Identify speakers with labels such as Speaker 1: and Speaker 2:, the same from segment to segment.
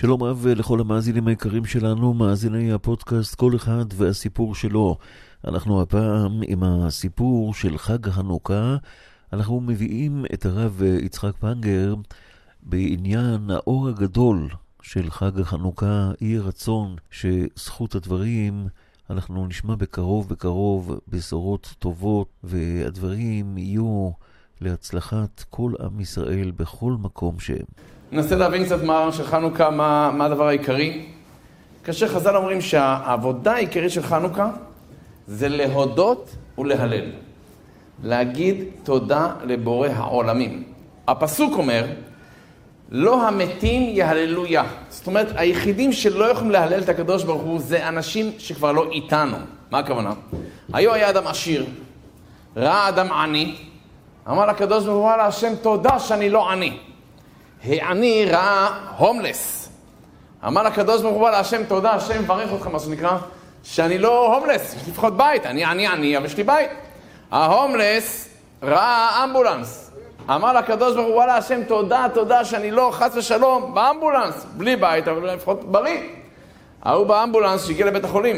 Speaker 1: שלום רב לכל המאזינים היקרים שלנו, מאזיני הפודקאסט כל אחד והסיפור שלו. אנחנו הפעם עם הסיפור של חג החנוכה. אנחנו מביאים את הרב יצחק פנגר בעניין האור הגדול של חג החנוכה. יהיה רצון שזכות הדברים אנחנו נשמע בקרוב בשורות טובות, והדברים יהיו להצלחת כל עם ישראל בכל מקום שהם.
Speaker 2: ננסה להבין קצת מה של חנוכה, מה הדבר העיקרי. כאשר חז"ל אומרים שהעבודה העיקרית של חנוכה זה להודות ולהלל. להגיד תודה לבורא העולמים. הפסוק אומר, לא המתים יהללויה. זאת אומרת, היחידים שלא יכולים להלל את הקדוש ברוך הוא זה אנשים שכבר לא איתנו. מה הכוונה? היה אדם עשיר, ראה אדם עני, אמר לקדוש ברוך הוא, וואלה, השם תודה שאני לא עני. העני ראה הומלס. אמר לקדוש ברוך הוא, וואלה, השם תודה, השם מברך אותך, מה שנקרא, שאני לא הומלס, יש לי לפחות בית, אני עני, אבל יש לי בית. ההומלס ראה אמבולנס. אמר לקדוש ברוך הוא, וואלה, השם תודה שאני לא חס ושלום באמבולנס, בלי בית, אבל לפחות בריא. ההוא באמבולנס שהגיע לבית החולים.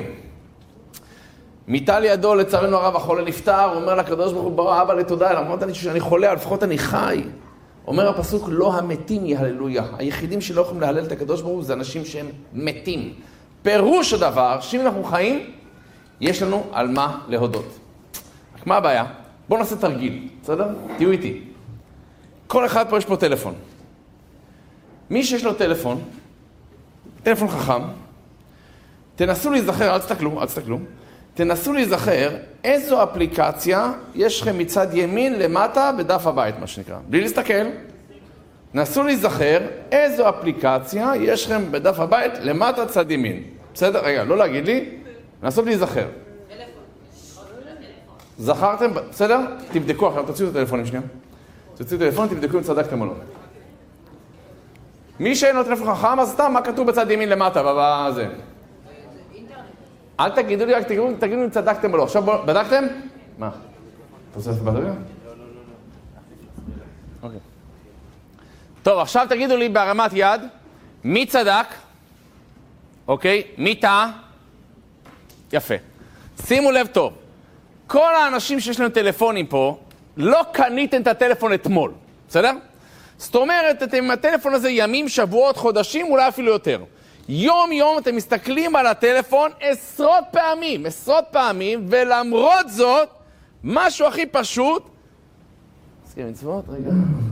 Speaker 2: מיטה לידו, לצערנו הרב, החולה נפטר, הוא אומר לקדוש ברוך הוא, ברא, אבא לתודה, אמרת לי שאני חולה, אבל לפחות אני חי. אומר הפסוק, לא המתים יהללויה. היחידים שלא יכולים להלל את הקדוש ברוך הוא זה אנשים שהם מתים. פירוש הדבר, שאם אנחנו חיים, יש לנו על מה להודות. רק מה הבעיה? בואו נעשה תרגיל, בסדר? תהיו איתי. כל אחד פה יש פה טלפון. מי שיש לו טלפון חכם, תנסו להיזכר, אל תסתכלו, תנסו להיזכר איזו אפליקציה יש לכם מצד ימין למטה בדף הבית, מה שנקרא. בלי להסתכל, נסו להיזכר איזו אפליקציה יש לכם בדף הבית למטה צד ימין. בסדר? רגע, לא להגיד לי, נסו להיזכר. זכרתם? בסדר? תבדקו עכשיו, תוציאו את הטלפונים שנייה. תוציאו את הטלפון, תבדקו אם צדקתם או לא. מי שאין לו טלפון חכם, אז סתם, מה כתוב בצד ימין למטה, בזה? אל תגידו לי, רק תגידו אם צדקתם או לא. עכשיו בדקתם? מה? אתה רוצה לעשות בדקה? אוקיי. טוב, עכשיו תגידו לי בהרמת יד, מי צדק? אוקיי, מי טעה? יפה. שימו לב טוב. כל האנשים שיש להם טלפונים פה, לא קניתם את הטלפון אתמול. בסדר? זאת אומרת, אתם עם הטלפון הזה ימים, שבועות, חודשים, אולי אפילו יותר. יום אתם מסתכלים על הטלפון עשרות פעמים, ולמרות זאת, משהו הכי פשוט, סגר מצוות, רגע.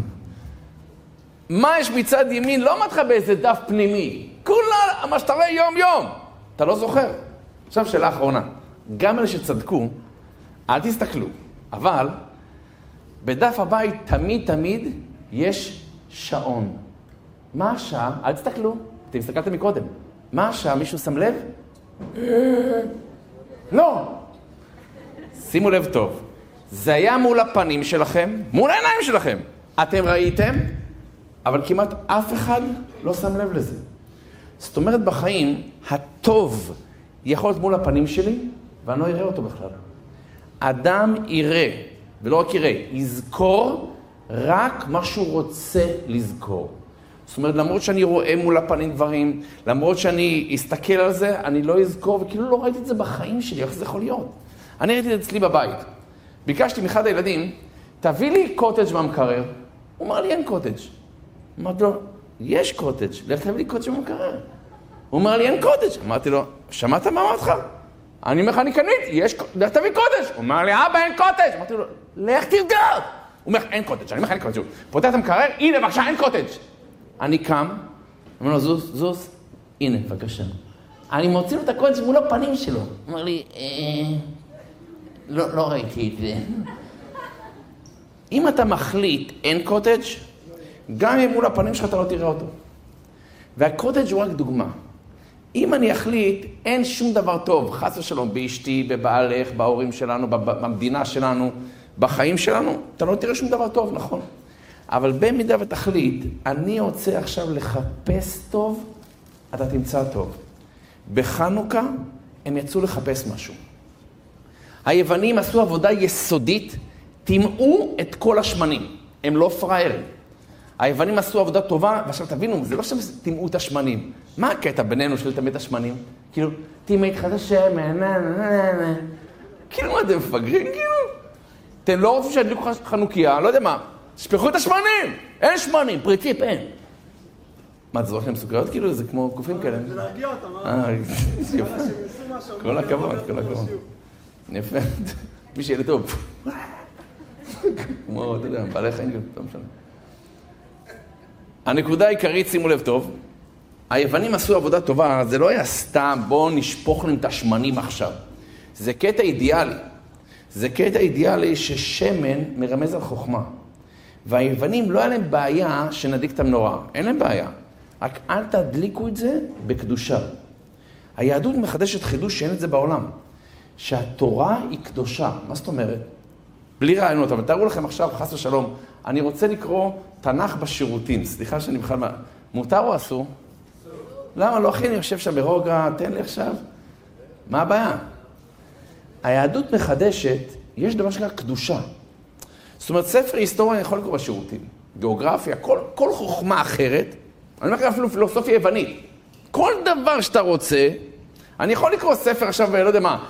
Speaker 2: מה יש מצד ימין? לא מתך באיזה דף פנימי. כולה, מה שאתה רואה יום. אתה לא זוכר. עכשיו שאלה אחרונה. גם אלה שצדקו, אל תסתכלו. אבל, בדף הבית תמיד יש שעון. מה השעה? אל תסתכלו. אתם הסתכלתם מקודם. מה השעה? מישהו שם לב? לא. שימו לב טוב. זה היה מול הפנים שלכם, מול העיניים שלכם. אתם ראיתם, אבל כמעט אף אחד לא שם לב לזה. זאת אומרת, בחיים, הטוב יכול להיות מול הפנים שלי, ואני לא אראה אותו בכלל. אדם יראה, ולא רק יראה, יזכור רק מה שהוא רוצה לזכור. זאת אומרת, למרות שאני רואה מול הפנים דברים, למרות שאני אסתכל על זה, אני לא אזכור, וכאילו לא ראיתי את זה בחיים שלי, איך זה יכול להיות? אני ראיתי את זה אצלי בבית. ביקשתי מאחד הילדים, תביא לי קוטג' מהמקרר. הוא אמר לי, אין קוטג'. אמרתי לו, יש קוטג', לך תביא לי קוטג' מהמקרר. הוא אמר לי, אין קוטג'. אמרתי לו, שמעת מה אמרתי לך? אני אומר לך, אני קניתי, לך תביא קוטג'. הוא אמר לי, אבא, אין קוטג'. אמרתי לו, לך תבדוק. הוא אומר, אין קוטג'. אני אומר לך, אין קוטג'. פותח את המקרר, הנה, בבקשה, אין קוטג'. אני קם, אומר לו, זוז, הנה, בבקשה. אני מוציא לו את הקוטג' מול הפנים שלו. הוא אומר לי, לא ראיתי את זה. אם אתה מחליט אין קוטג', גם אם מול הפנים שלך אתה לא תראה אותו. והקוטג' הוא רק דוגמה. אם אני אחליט, אין שום דבר טוב, חס ושלום, באשתי, בבעלך, בהורים שלנו, במדינה שלנו, בחיים שלנו, אתה לא תראה שום דבר טוב, נכון. אבל במידה ותחליט, אני רוצה עכשיו לחפש טוב, אתה תמצא טוב. בחנוכה הם יצאו לחפש משהו. היוונים עשו עבודה יסודית, תימאו את כל השמנים. הם לא פראיירים. היוונים עשו עבודה טובה, ועכשיו תבינו, זה לא שהם תימאו את השמנים. מה הקטע בינינו של תמיד השמנים? כאילו, תימי התחד השמן, כאילו מה אתם מפגרים, כאילו? אתם לא רוצים שידליקו חנוכיה, לא יודע מה, שפכו את השמנים! אין שמנים, פריציפ, אין. מה, זה זורק להם סוכריות כאילו? זה כמו קופים כאלה.
Speaker 3: זה להרגיע אותם,
Speaker 2: כל הכבוד, כל הכבוד. יפה, מי שיהיה טוב. כמו, אתה יודע, בעלי חיים, לא משנה. הנקודה העיקרית, שימו לב טוב, היוונים עשו עבודה טובה, זה לא היה סתם, בואו נשפוך להם את השמנים עכשיו. זה קטע אידיאלי. זה קטע אידיאלי ששמן מרמז על חוכמה. והיוונים לא היה להם בעיה שנדליק את המנורה. אין להם בעיה. רק אל תדליקו את זה בקדושה. היהדות מחדשת חידוש שאין את זה בעולם. שהתורה היא קדושה. מה זאת אומרת? בלי רעיונות, אבל תארו לכם עכשיו, חס ושלום, אני רוצה לקרוא תנ"ך בשירותים. סליחה שאני בכלל מה... מותר או אסור? למה לא, אחי, אני יושב שם ברוגע, תן לי עכשיו. מה הבעיה? היהדות מחדשת, יש דבר שנקרא קדושה. זאת אומרת, ספר היסטוריה אני יכול לקרוא בשירותים. גיאוגרפיה, כל חוכמה אחרת, אני אומר אפילו פילוסופיה יוונית. כל דבר שאתה רוצה, אני יכול לקרוא ספר עכשיו, לא יודע מה,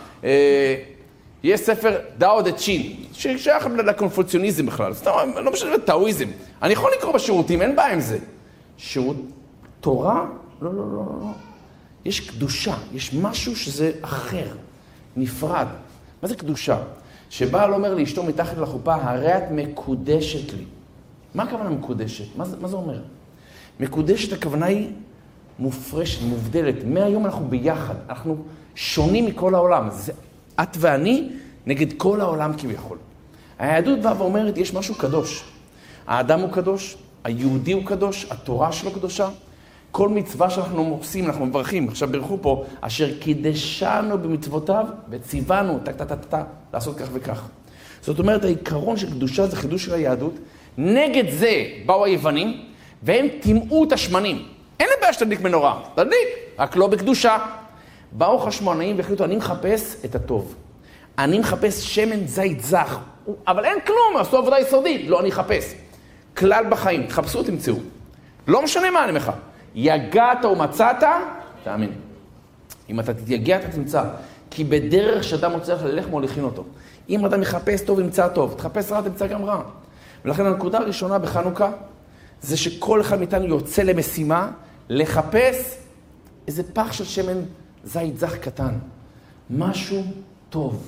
Speaker 2: יש ספר דאו דה צ'ין, ששייך לקונפוציוניזם בכלל, סתם, לא משנה, טאואיזם. אני יכול לקרוא בשירותים, אין בעיה עם זה. שירות תורה? לא, לא, לא, לא. יש קדושה, יש משהו שזה אחר, נפרד. מה זה קדושה? שבעל אומר לאשתו מתחת לחופה, הרי את מקודשת לי. מה הכוונה מקודשת? מה זה אומר? מקודשת הכוונה היא מופרשת, מובדלת. מהיום אנחנו ביחד, אנחנו שונים מכל העולם. זה את ואני נגד כל העולם כביכול. היהדות באה ואומרת, יש משהו קדוש. האדם הוא קדוש, היהודי הוא קדוש, התורה שלו קדושה. כל מצווה שאנחנו עושים, אנחנו מברכים. עכשיו ברכו פה, אשר קידשנו במצוותיו וציוונו, לעשות כך וכך. זאת אומרת, העיקרון של קדושה זה חידוש של היהדות. נגד זה באו היוונים, והם טימאו את השמנים. אין להם בעיה שתדליק מנורה, תדליק, רק לא בקדושה. באו חשמונאים והחליטו, אני מחפש את הטוב. אני מחפש שמן זית זך, אבל אין כלום, עשו עבודה יסודית. לא, אני אחפש. כלל בחיים, תחפשו, תמצאו. לא משנה מה אני אומר לך. יגעת ומצאת, תאמין. אם אתה תתייגע, אתה תמצא. כי בדרך שאדם מוצא לך ללך מוליכין אותו. אם אתה מחפש טוב, ימצא טוב. תחפש רע, תמצא גם רע. ולכן הנקודה הראשונה בחנוכה, זה שכל אחד מאיתנו יוצא למשימה, לחפש איזה פח של שמן זית זך קטן. משהו טוב.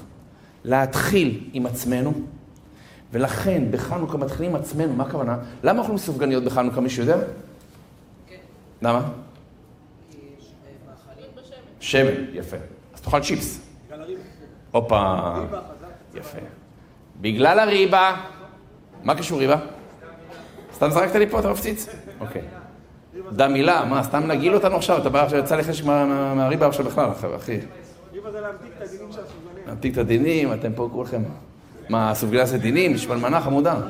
Speaker 2: להתחיל עם עצמנו, ולכן בחנוכה מתחילים עם עצמנו. מה הכוונה? למה אנחנו סופגניות בחנוכה, מישהו יודע?
Speaker 4: כן.
Speaker 2: למה?
Speaker 4: כי יש מאכלים בשמן.
Speaker 2: שמן, יפה. אז תאכל צ'יפס.
Speaker 3: בגלל הריבה.
Speaker 2: הופה.
Speaker 3: ריבה חזק.
Speaker 2: יפה. בגלל הריבה. מה קשור ריבה? סתם זרקת לי פה, אתה מפציץ? אוקיי. דם מילה, מה, סתם נגיל אותנו עכשיו? אתה בא עכשיו, יצא לך מהריבה עכשיו בכלל, אחי.
Speaker 3: ריבה זה להמתיק את הדינים של הסופגניה.
Speaker 2: להמתיק את הדינים, אתם פה כולכם. מה, הסופגניה זה דינים? יש מלמנה חמודה.
Speaker 5: אין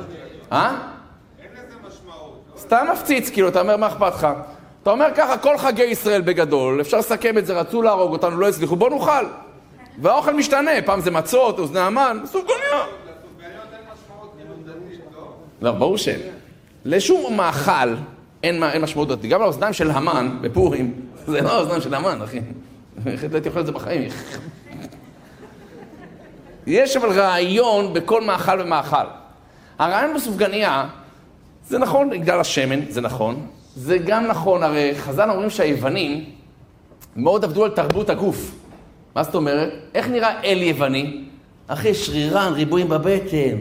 Speaker 5: לזה משמעות.
Speaker 2: סתם מפציץ, כאילו, אתה אומר, מה אכפת לך? אתה אומר ככה, כל חגי ישראל בגדול, אפשר לסכם את זה, רצו להרוג אותנו, לא הצליחו, בוא נאכל. והאוכל משתנה, פעם זה מצות, אוזני המן, סופגניה.
Speaker 5: לסופגניות אין משמעות דתית, לא?
Speaker 2: לא, ברור שאין. לשום מאכל אין משמעות דתית. גם לאוזניים של המן בפורים, זה לא האוזניים של המן, אחי. איך לא הייתי אוכל את זה בחיים? יש אבל רעיון בכל מאכל ומאכל. הרעיון בסופגניה, זה נכון בגלל השמן, זה נכון. זה גם נכון, הרי חז"ל אומרים שהיוונים מאוד עבדו על תרבות הגוף. מה זאת אומרת? איך נראה אל יווני? אחי, שרירן, ריבועים בבטן.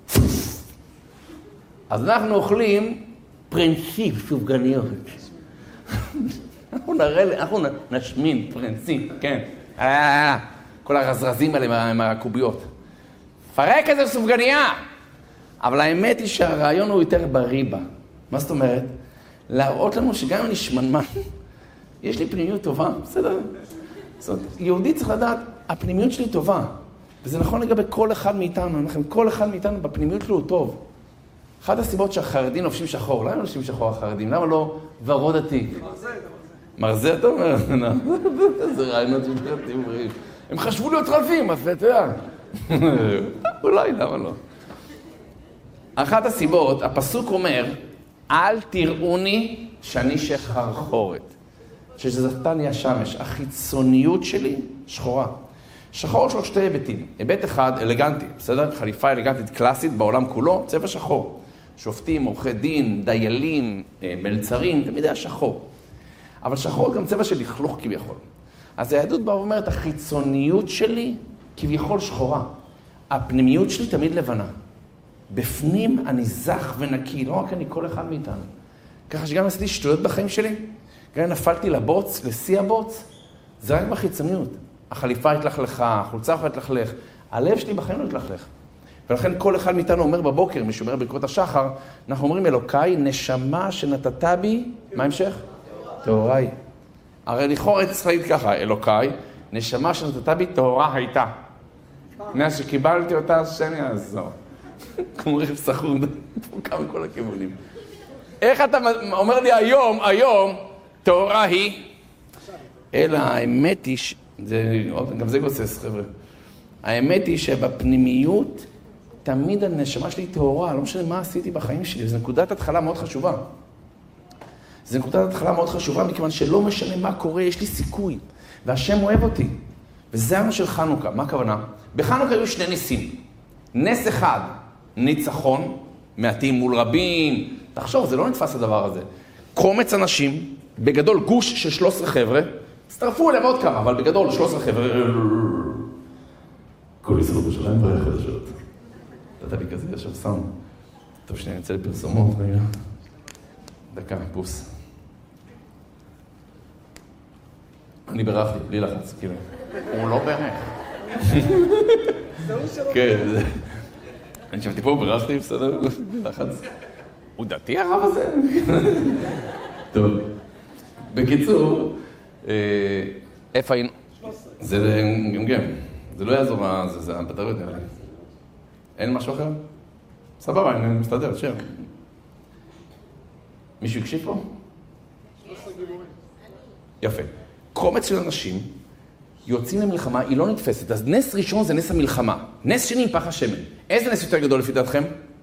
Speaker 2: אז אנחנו אוכלים פרינסיפ סופגניות. אנחנו נשמין פרינסיפ, כן. כל הרזרזים האלה עם הקוביות. פרק איזה סופגניה. אבל האמת היא שהרעיון הוא יותר בריבה. מה זאת אומרת? להראות לנו שגם אם אני שמנמן, יש לי פנימיות טובה, בסדר? זאת אומרת, יהודי צריך לדעת, הפנימיות שלי טובה. וזה נכון לגבי כל אחד מאיתנו. כל אחד מאיתנו בפנימיות שלו הוא טוב. אחת הסיבות שהחרדים לובשים שחור, למה הם לובשים שחור החרדים? למה לא ורוד עתיק? מרזה, אתה אומר? זה רעיונות שבטים בריאים. הם חשבו להיות חלפים, אז אתה יודע. אולי, למה לא? אחת הסיבות, הפסוק אומר, אל תראוני שאני שחרחורת. שזפתני השמש, החיצוניות שלי שחורה. שחור יש לו שתי היבטים. היבט אחד, אלגנטי, בסדר? חליפה אלגנטית קלאסית בעולם כולו, צבע שחור. שופטים, עורכי דין, דיילים, מלצרים, תמיד היה שחור. אבל שחור גם צבע של לכלוך כביכול. אז היהדות באה ואומרת, החיצוניות שלי כביכול שחורה. הפנימיות שלי תמיד לבנה. בפנים אני זך ונקי, לא רק אני, כל אחד מאיתנו. ככה שגם עשיתי שטויות בחיים שלי, גם נפלתי לבוץ, לשיא הבוץ, זה רק בחיצוניות. החליפה התלכלכה, החולצה יכולה להתלכלך, הלב שלי בחיים לא התלכלך. ולכן כל אחד מאיתנו אומר בבוקר, מי שאומר ברכות השחר, אנחנו אומרים אלוקיי, נשמה שנתת בי, מה המשך? טהוריי. הרי לכאורה צריך להגיד ככה, אלוקיי, נשמה שנתת בי, טהורה הייתה. מאז שקיבלתי אותה, השם יעזור. כמו רכב סחור, פורקה מכל הכיוונים. איך אתה אומר לי היום, טהורה היא? אלא האמת היא, גם זה גוסס, חבר'ה. האמת היא שבפנימיות, תמיד הנשמה שלי טהורה, לא משנה מה עשיתי בחיים שלי, זו נקודת התחלה מאוד חשובה. זו נקודת התחלה מאוד חשובה, מכיוון שלא משנה מה קורה, יש לי סיכוי, והשם אוהב אותי. וזה מה של חנוכה, מה הכוונה? בחנוכה היו שני ניסים. נס אחד, ניצחון, מעטים מול רבים. תחשוב, זה לא נתפס הדבר הזה. קומץ אנשים, בגדול גוש של 13 חבר'ה, הצטרפו אליהם עוד כמה, אבל בגדול 13 חבר'ה. כל ישראל בירושלים בעיה חדשות. נתת לי כזה ישר סאונד. טוב, שנייה, נצא לפרסומות. דקה, פוס. אני ברחתי, בלי לחץ, כאילו. הוא לא ברח. כן, זה... אני שבתי פה, ברחתי, בסדר? בלי לחץ. הוא דתי הרב הזה? טוב. בקיצור, איפה היינו? זה גמגם. זה לא יעזור מה זה, זה הבטריות נראה לי. אין משהו אחר? סבבה, אני מסתדר, שיר. מישהו הקשיב פה? יפה. קומץ של אנשים יוצאים למלחמה, היא לא נתפסת. אז נס ראשון זה נס המלחמה. נס שני עם פח השמן. איזה נס יותר גדול לפי דעתכם?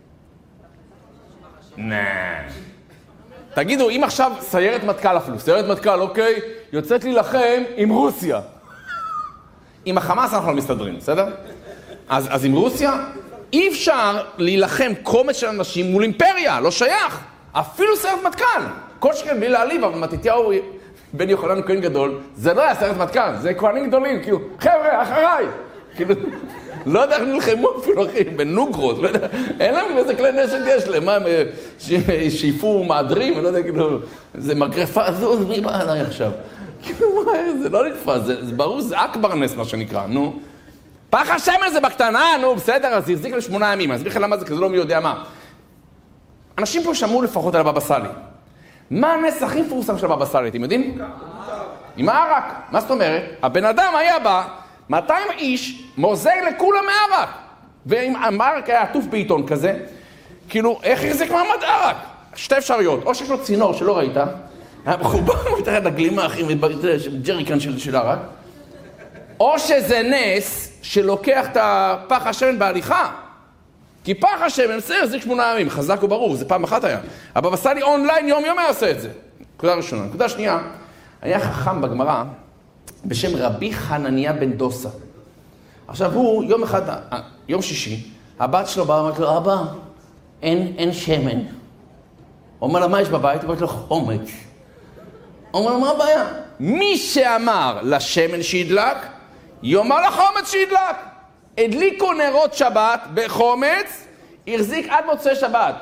Speaker 2: תגידו, אם עכשיו סיירת מטכ"ל אפילו, סיירת מטכ"ל, אוקיי, יוצאת להילחם עם רוסיה. עם החמאס אנחנו לא מסתדרים, בסדר? אז עם רוסיה אי אפשר להילחם קומץ של אנשים מול אימפריה, לא שייך. אפילו סיירת מטכ"ל. כל שכן בלי להעליב, אבל מתתיהו בן יוחנן כהן גדול, זה לא היה סיירת מטכ"ל, זה כהנים גדולים, כאילו, חבר'ה, אחריי. כאילו, לא יודע איך נלחמו אפילו, אחי, בנוגרות, לא יודע, אין להם איזה כלי נשק יש להם, מה הם שאיפו מעדרים, אני לא יודע, כאילו, זה מגרפה, מי בא עליי עכשיו? כאילו, זה לא נתפס, זה ברור, זה אכבר נס, מה שנקרא, נו. פח השמן זה בקטנה, נו, בסדר, אז יחזיק ל8 ימים, אז בכלל למה זה כזה לא מי יודע מה. אנשים פה שמעו לפחות על הבבא סאלי. מה הנס הכי מפורסם של הבבא סאלי, אתם יודעים? עם הערק. מה זאת אומרת? הבן אדם היה בא, 200 איש, מוזג לכולם מערק. ועם הערק היה עטוף בעיתון כזה, כאילו, איך יחזיק מעמד ערק? שתי אפשרויות, או שיש לו צינור שלא ראית, היה מחובר מתחת לגלימה, אחי, ג'ריקן של ערק, או שזה נס שלוקח את הפח השמן בהליכה, כי פח השמן, בסדר, זה 8 ימים, חזק וברור, זה פעם אחת היה. הבבא סאלי אונליין יום היה עושה את זה. נקודה ראשונה. נקודה שנייה, היה חכם בגמרא בשם רבי חנניה בן דוסה. עכשיו הוא, יום אחד, יום שישי, הבת שלו באה ואומרת לו, אבא, אין שמן. הוא אומר לה, מה יש בבית? הוא אומר לו, חומץ. הוא אומר לו, מה הבעיה? מי שאמר לשמן שידלק, יאמר לחומץ שידלק. הדליקו נרות שבת בחומץ, החזיק עד מוצאי שבת.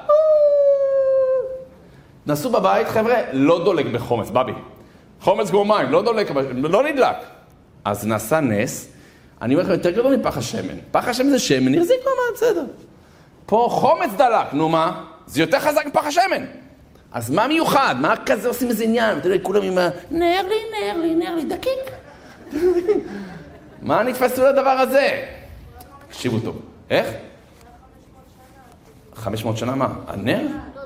Speaker 2: נסו בבית, חבר'ה, לא דולק בחומץ, בבי. חומץ כמו מים, לא דולק, לא נדלק. אז נעשה נס, אני אומר לכם, יותר גדול מפח השמן. פח השמן זה שמן, החזיק מעמד, בסדר. פה חומץ דלק, נו מה? זה יותר חזק מפח השמן. אז מה מיוחד? מה כזה עושים איזה עניין? אתה יודע, כולם עם נר לי, דקיק. מה נתפסו לדבר הזה? תקשיבו טוב. איך? 500 שנה מה? הנר?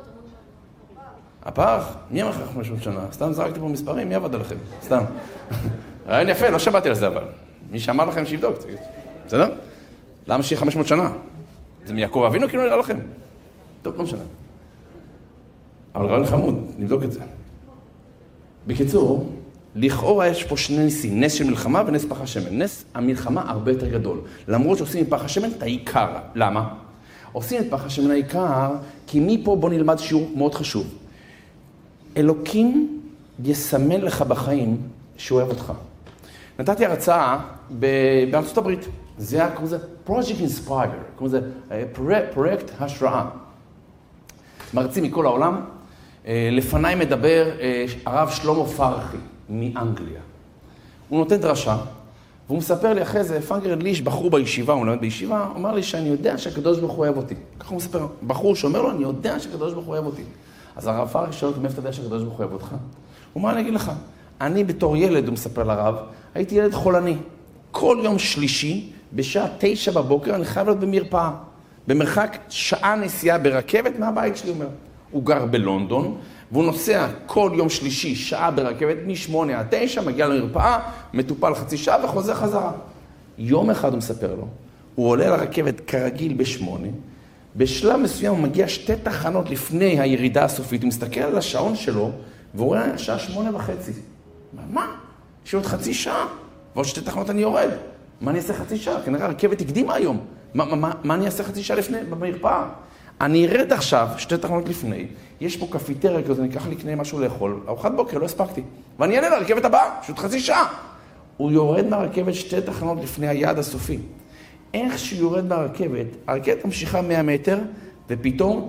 Speaker 2: הפח? מי אמר לך 500 שנה? סתם זרקתי פה מספרים, מי עבד עליכם? סתם. רעיון יפה, לא שמעתי על זה אבל. מי שאמר לכם שיבדוק, בסדר? למה שיהיה 500 שנה? זה מיעקב אבינו כאילו נראה לכם. טוב, לא משנה. אבל רעיון חמוד, נבדוק את זה. בקיצור, לכאורה יש פה שני ניסים, נס של מלחמה ונס פח השמן. נס המלחמה הרבה יותר גדול. למרות שעושים את פח השמן את העיקר. למה? עושים את פח השמן העיקר, כי מפה בוא נלמד שיעור מאוד חשוב. אלוקים יסמן לך בחיים שהוא אוהב אותך. נתתי הרצאה בארצות הברית. זה היה, קוראים לזה Project Inspire, קוראים לזה פרויקט השראה. מרצים מכל העולם. לפניי מדבר הרב שלמה פרחי מאנגליה. הוא נותן דרשה, והוא מספר לי אחרי זה, פנגר לי יש בחור בישיבה, הוא מלמד בישיבה, הוא אמר לי שאני יודע שהקדוש ברוך הוא אוהב אותי. ככה הוא מספר, בחור שאומר לו, אני יודע שהקדוש ברוך הוא אוהב אותי. אז הרב פרחי שואל אותי, מאיפה אתה יודע שהקדוש ברוך הוא אוהב אותך? הוא אמר, אני אגיד לך, אני בתור ילד, הוא מספר לרב, הייתי ילד חולני. כל יום שלישי, בשעה 9 בבוקר, אני חייב להיות במרפאה. במרחק שעה נסיעה ברכבת מהבית שלי, אומר. הוא גר בלונדון, והוא נוסע כל יום שלישי, שעה ברכבת, מ-8 עד 9, מגיע למרפאה, מטופל חצי שעה וחוזר חזרה. יום אחד הוא מספר לו, הוא עולה לרכבת כרגיל ב-8, בשלב מסוים הוא מגיע 2 תחנות לפני הירידה הסופית, הוא מסתכל על השעון שלו, והוא רואה השעה 8:30. מה? יש עוד חצי שעה, ועוד 2 תחנות אני יורד. מה אני אעשה חצי שעה? כנראה הרכבת הקדימה היום. מה אני אעשה חצי שעה לפני, במרפאה? אני ארד עכשיו 2 תחנות לפני, יש פה קפיטריה כזה, אני אקח לקנה משהו לאכול, ארוחת בוקר, לא הספקתי. ואני אעלה לרכבת הבאה, פשוט חצי שעה. הוא יורד מהרכבת 2 תחנות לפני היעד הסופי. איך שהוא יורד מהרכבת, הרכבת ממשיכה 100 מטר, ופתאום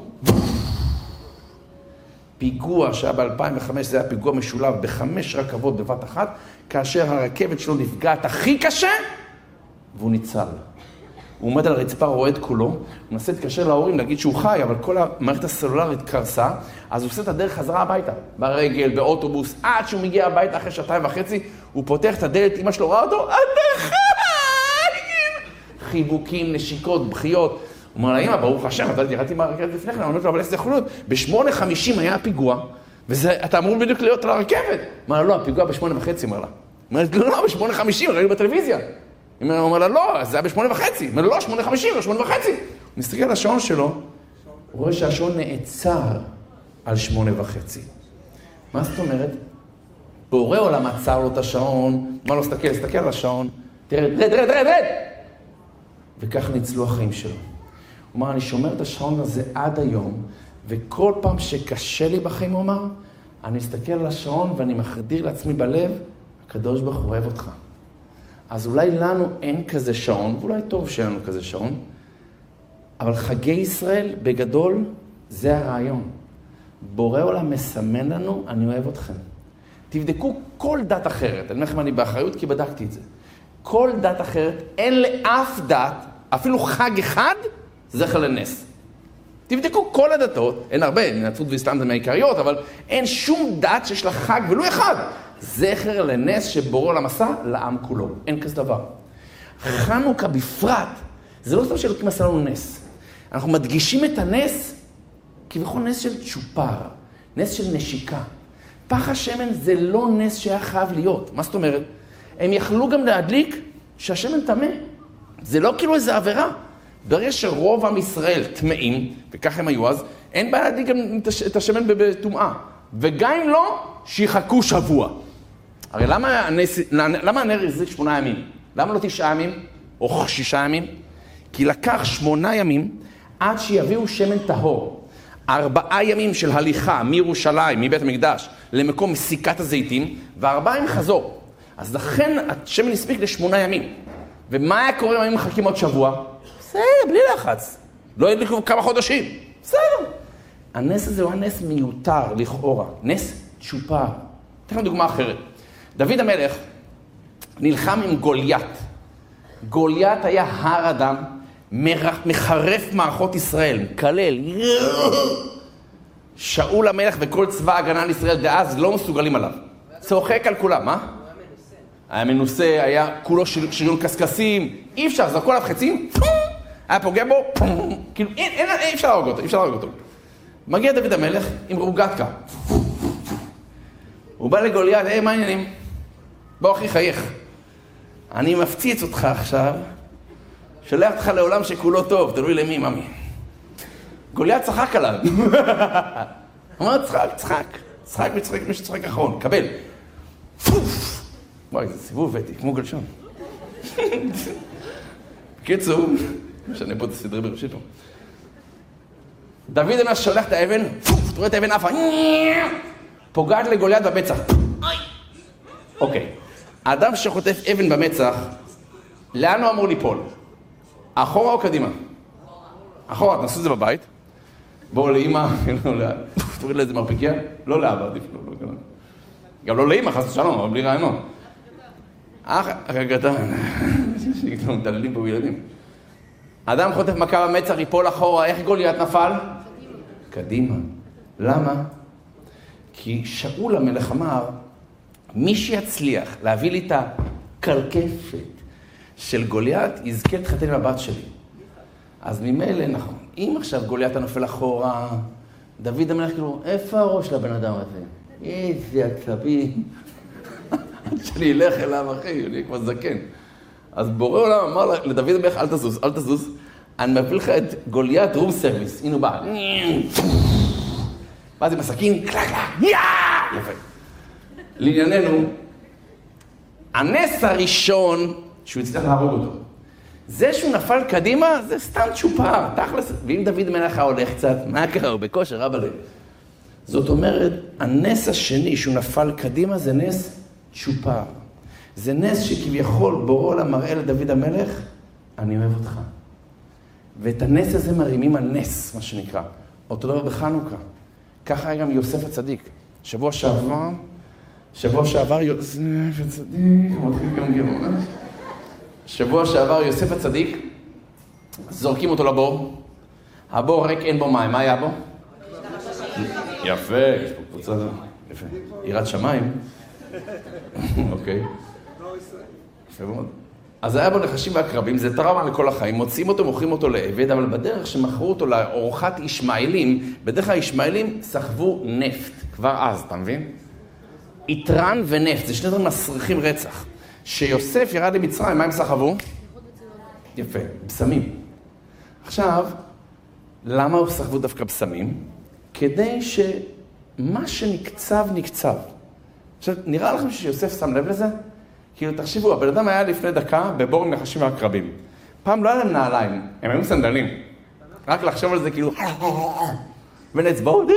Speaker 2: פיגוע שהיה ב-2005, זה היה פיגוע משולב ב5 רכבות בבת אחת, כאשר הרכבת שלו נפגעת הכי קשה, והוא ניצל. הוא עומד על הרצפה, רועד כולו, הוא מנסה להתקשר להורים, להגיד שהוא חי, אבל כל המערכת הסלולרית קרסה, אז הוא עושה את הדרך חזרה הביתה, ברגל, באוטובוס, עד שהוא מגיע הביתה אחרי 2.5 שעות, הוא פותח את הדלת, אמא שלו ראה אותו, אתה חי! חיבוקים, נשיקות, בחיות. הוא אומר לה, אמא, ברוך השם, אתה ירדתי מהרכבת לפני כן, אני אומרת לו, אבל איזה יכול להיות? ב-8:50 היה פיגוע, ואתה אמור בדיוק להיות על הרכבת. אמר לה, לא, הפיגוע ב-8:30, אמר לה. אמרת, לא, ב-8:50, ראינו בטלוויזיה. הוא אומר לה, לא, זה היה ב-8:30. הוא אומר לה, לא, 8:50, לא 8:30. הוא מסתכל על השעון שלו, הוא רואה שהשעון נעצר על 8:30. מה זאת אומרת? בורא עולם עצר לו את השעון, אמר לו, סתכל על השעון, תרד. וכך ניצלו החיים שלו. הוא אמר, אני שומר את השעון הזה עד היום, וכל פעם שקשה לי בחיים, הוא אמר, אני מסתכל על השעון ואני מחדיר לעצמי בלב, הקדוש ברוך הוא אוהב אותך. אז אולי לנו אין כזה שעון, ואולי טוב שאין לנו כזה שעון, אבל חגי ישראל בגדול זה הרעיון. בורא עולם מסמן לנו, אני אוהב אתכם. תבדקו כל דת אחרת, אני אומר לכם, אני באחריות כי בדקתי את זה. כל דת אחרת, אין לאף דת, אפילו חג אחד, זכר לנס. תבדקו כל הדתות, אין הרבה, נצרות ואסלאם זה מהעיקריות, אבל אין שום דת שיש לה חג ולו אחד. זכר לנס שבורא למסע לעם כולו. אין כזה דבר. חנוכה בפרט, זה לא סתם שאלוקים עשה לנו נס. אנחנו מדגישים את הנס כביכול נס של צ'ופר, נס של נשיקה. פח השמן זה לא נס שהיה חייב להיות. מה זאת אומרת? הם יכלו גם להדליק שהשמן טמא. זה לא כאילו איזה עבירה. ברגע שרוב עם ישראל טמאים, וכך הם היו אז, אין בעיה להדליק גם את השמן בטומאה. וגם אם לא, שיחכו שבוע. הרי למה הנר יחזיק 8 ימים? למה לא 9 ימים? או 6 ימים? כי לקח 8 ימים עד שיביאו שמן טהור. 4 ימים של הליכה מירושלים, מבית המקדש, למקום סיכת הזיתים, ו4 ימים חזור. אז לכן השמן הספיק ל8 ימים. ומה היה קורה אם היו מחכים עוד שבוע? בסדר, בלי לחץ. לא ידליקו כמה חודשים. בסדר. הנס הזה הוא הנס מיותר, לכאורה. נס צ'ופר. תכף דוגמה אחרת. דוד המלך נלחם עם גוליית. גוליית היה הר אדם, מחרף מערכות ישראל, מקלל. שאול המלך וכל צבא ההגנה על ישראל דאז לא מסוגלים עליו. צוחק על כולם, מה? היה מנוסה, היה כולו שריון קסקסים, אי אפשר, זרקו עליו חצים, היה פוגע בו, כאילו אי אפשר להרוג אותו, מגיע דוד המלך עם רוגטקה. הוא בא לגוליית, מה העניינים? בוא אחי חייך. אני מפציץ אותך עכשיו, שולח אותך לעולם שכולו טוב, תלוי למי, ממי. גוליית צחק עליו. הוא אומר, צחק מי שצחק אחרון, קבל. פוף! וואי, זה סיבוב הבאתי, כמו גלשון. בקיצור, משנה פה את הסדרי בראשית פה. דוד המלך שולח את האבן, פוף! אתה רואה את האבן עפה, פוגעת לגוליית במצח. אוקיי, האדם שחוטף אבן במצח, לאן הוא אמור ליפול? אחורה או קדימה? אחורה, תנסו את זה בבית. בואו לאמא, תוריד לאיזה מרפיקיה, לא לאבא, עדיף, לא. גם לא לאמא, חס ושלום, אבל בלי רעיונות. רגע, אתה מדללים פה בילדים. האדם חוטף מכה במצח, ייפול אחורה, איך גוליית נפל? קדימה. למה? כי שאול המלך אמר, מי שיצליח להביא לי את הקלקפת של גוליית, יזכה להתחתן עם הבת שלי. אז ממילא, נכון, אם עכשיו גוליית הנופל אחורה, דוד המלך כאילו, איפה הראש לבן אדם הזה? איזה עצבים. שאני אלך אליו, אחי, אני כבר זקן. אז בורא עולם אמר לדוד המלך, אל תזוז, אל תזוז. אני מביא לך את גוליית רום סרוויס. הנה הוא בא. ואז עם הסכין, קלק, יפה. לענייננו, הנס הראשון שהוא הצליח להרוג אותו, זה שהוא נפל קדימה, זה סתם צ'ופר, תכלס. ואם דוד מלך הולך קצת, מה קרה? הוא בכושר, רב עליהם. זאת אומרת, הנס השני שהוא נפל קדימה זה נס צ'ופר. זה נס שכביכול בורא עולם מראה לדוד המלך, אני אוהב אותך. ואת הנס הזה מרימים על נס, מה שנקרא. אותו דבר בחנוכה. ככה היה גם יוסף הצדיק. שבוע שעבר יוסף הצדיק, זורקים אותו לבור. הבור ריק, אין בו מים. מה היה בו? יפה, יש פה קבוצה, יפה. יראת שמיים. אוקיי. יפה מאוד. אז היה בו נחשים והקרבים, זה טראומה לכל החיים, מוציאים אותו, מוכרים אותו לעבד, אבל בדרך שמכרו אותו לאורחת ישמעאלים, בדרך כלל ישמעאלים סחבו נפט, כבר אז, אתה מבין? יתרן ונפט, זה שני דברים מסריחים רצח. שיוסף ירד למצרים, מה הם סחבו? יפה, בשמים. עכשיו, למה הוא סחבו דווקא בשמים? כדי שמה שנקצב, נקצב. עכשיו, נראה לכם שיוסף שם לב לזה? כאילו, תחשיבו, הבן אדם היה לפני דקה בבור עם נחשים והקרבים. פעם לא היה להם נעליים, הם היו סנדלים. רק לחשוב על זה כאילו... בין אצבעות...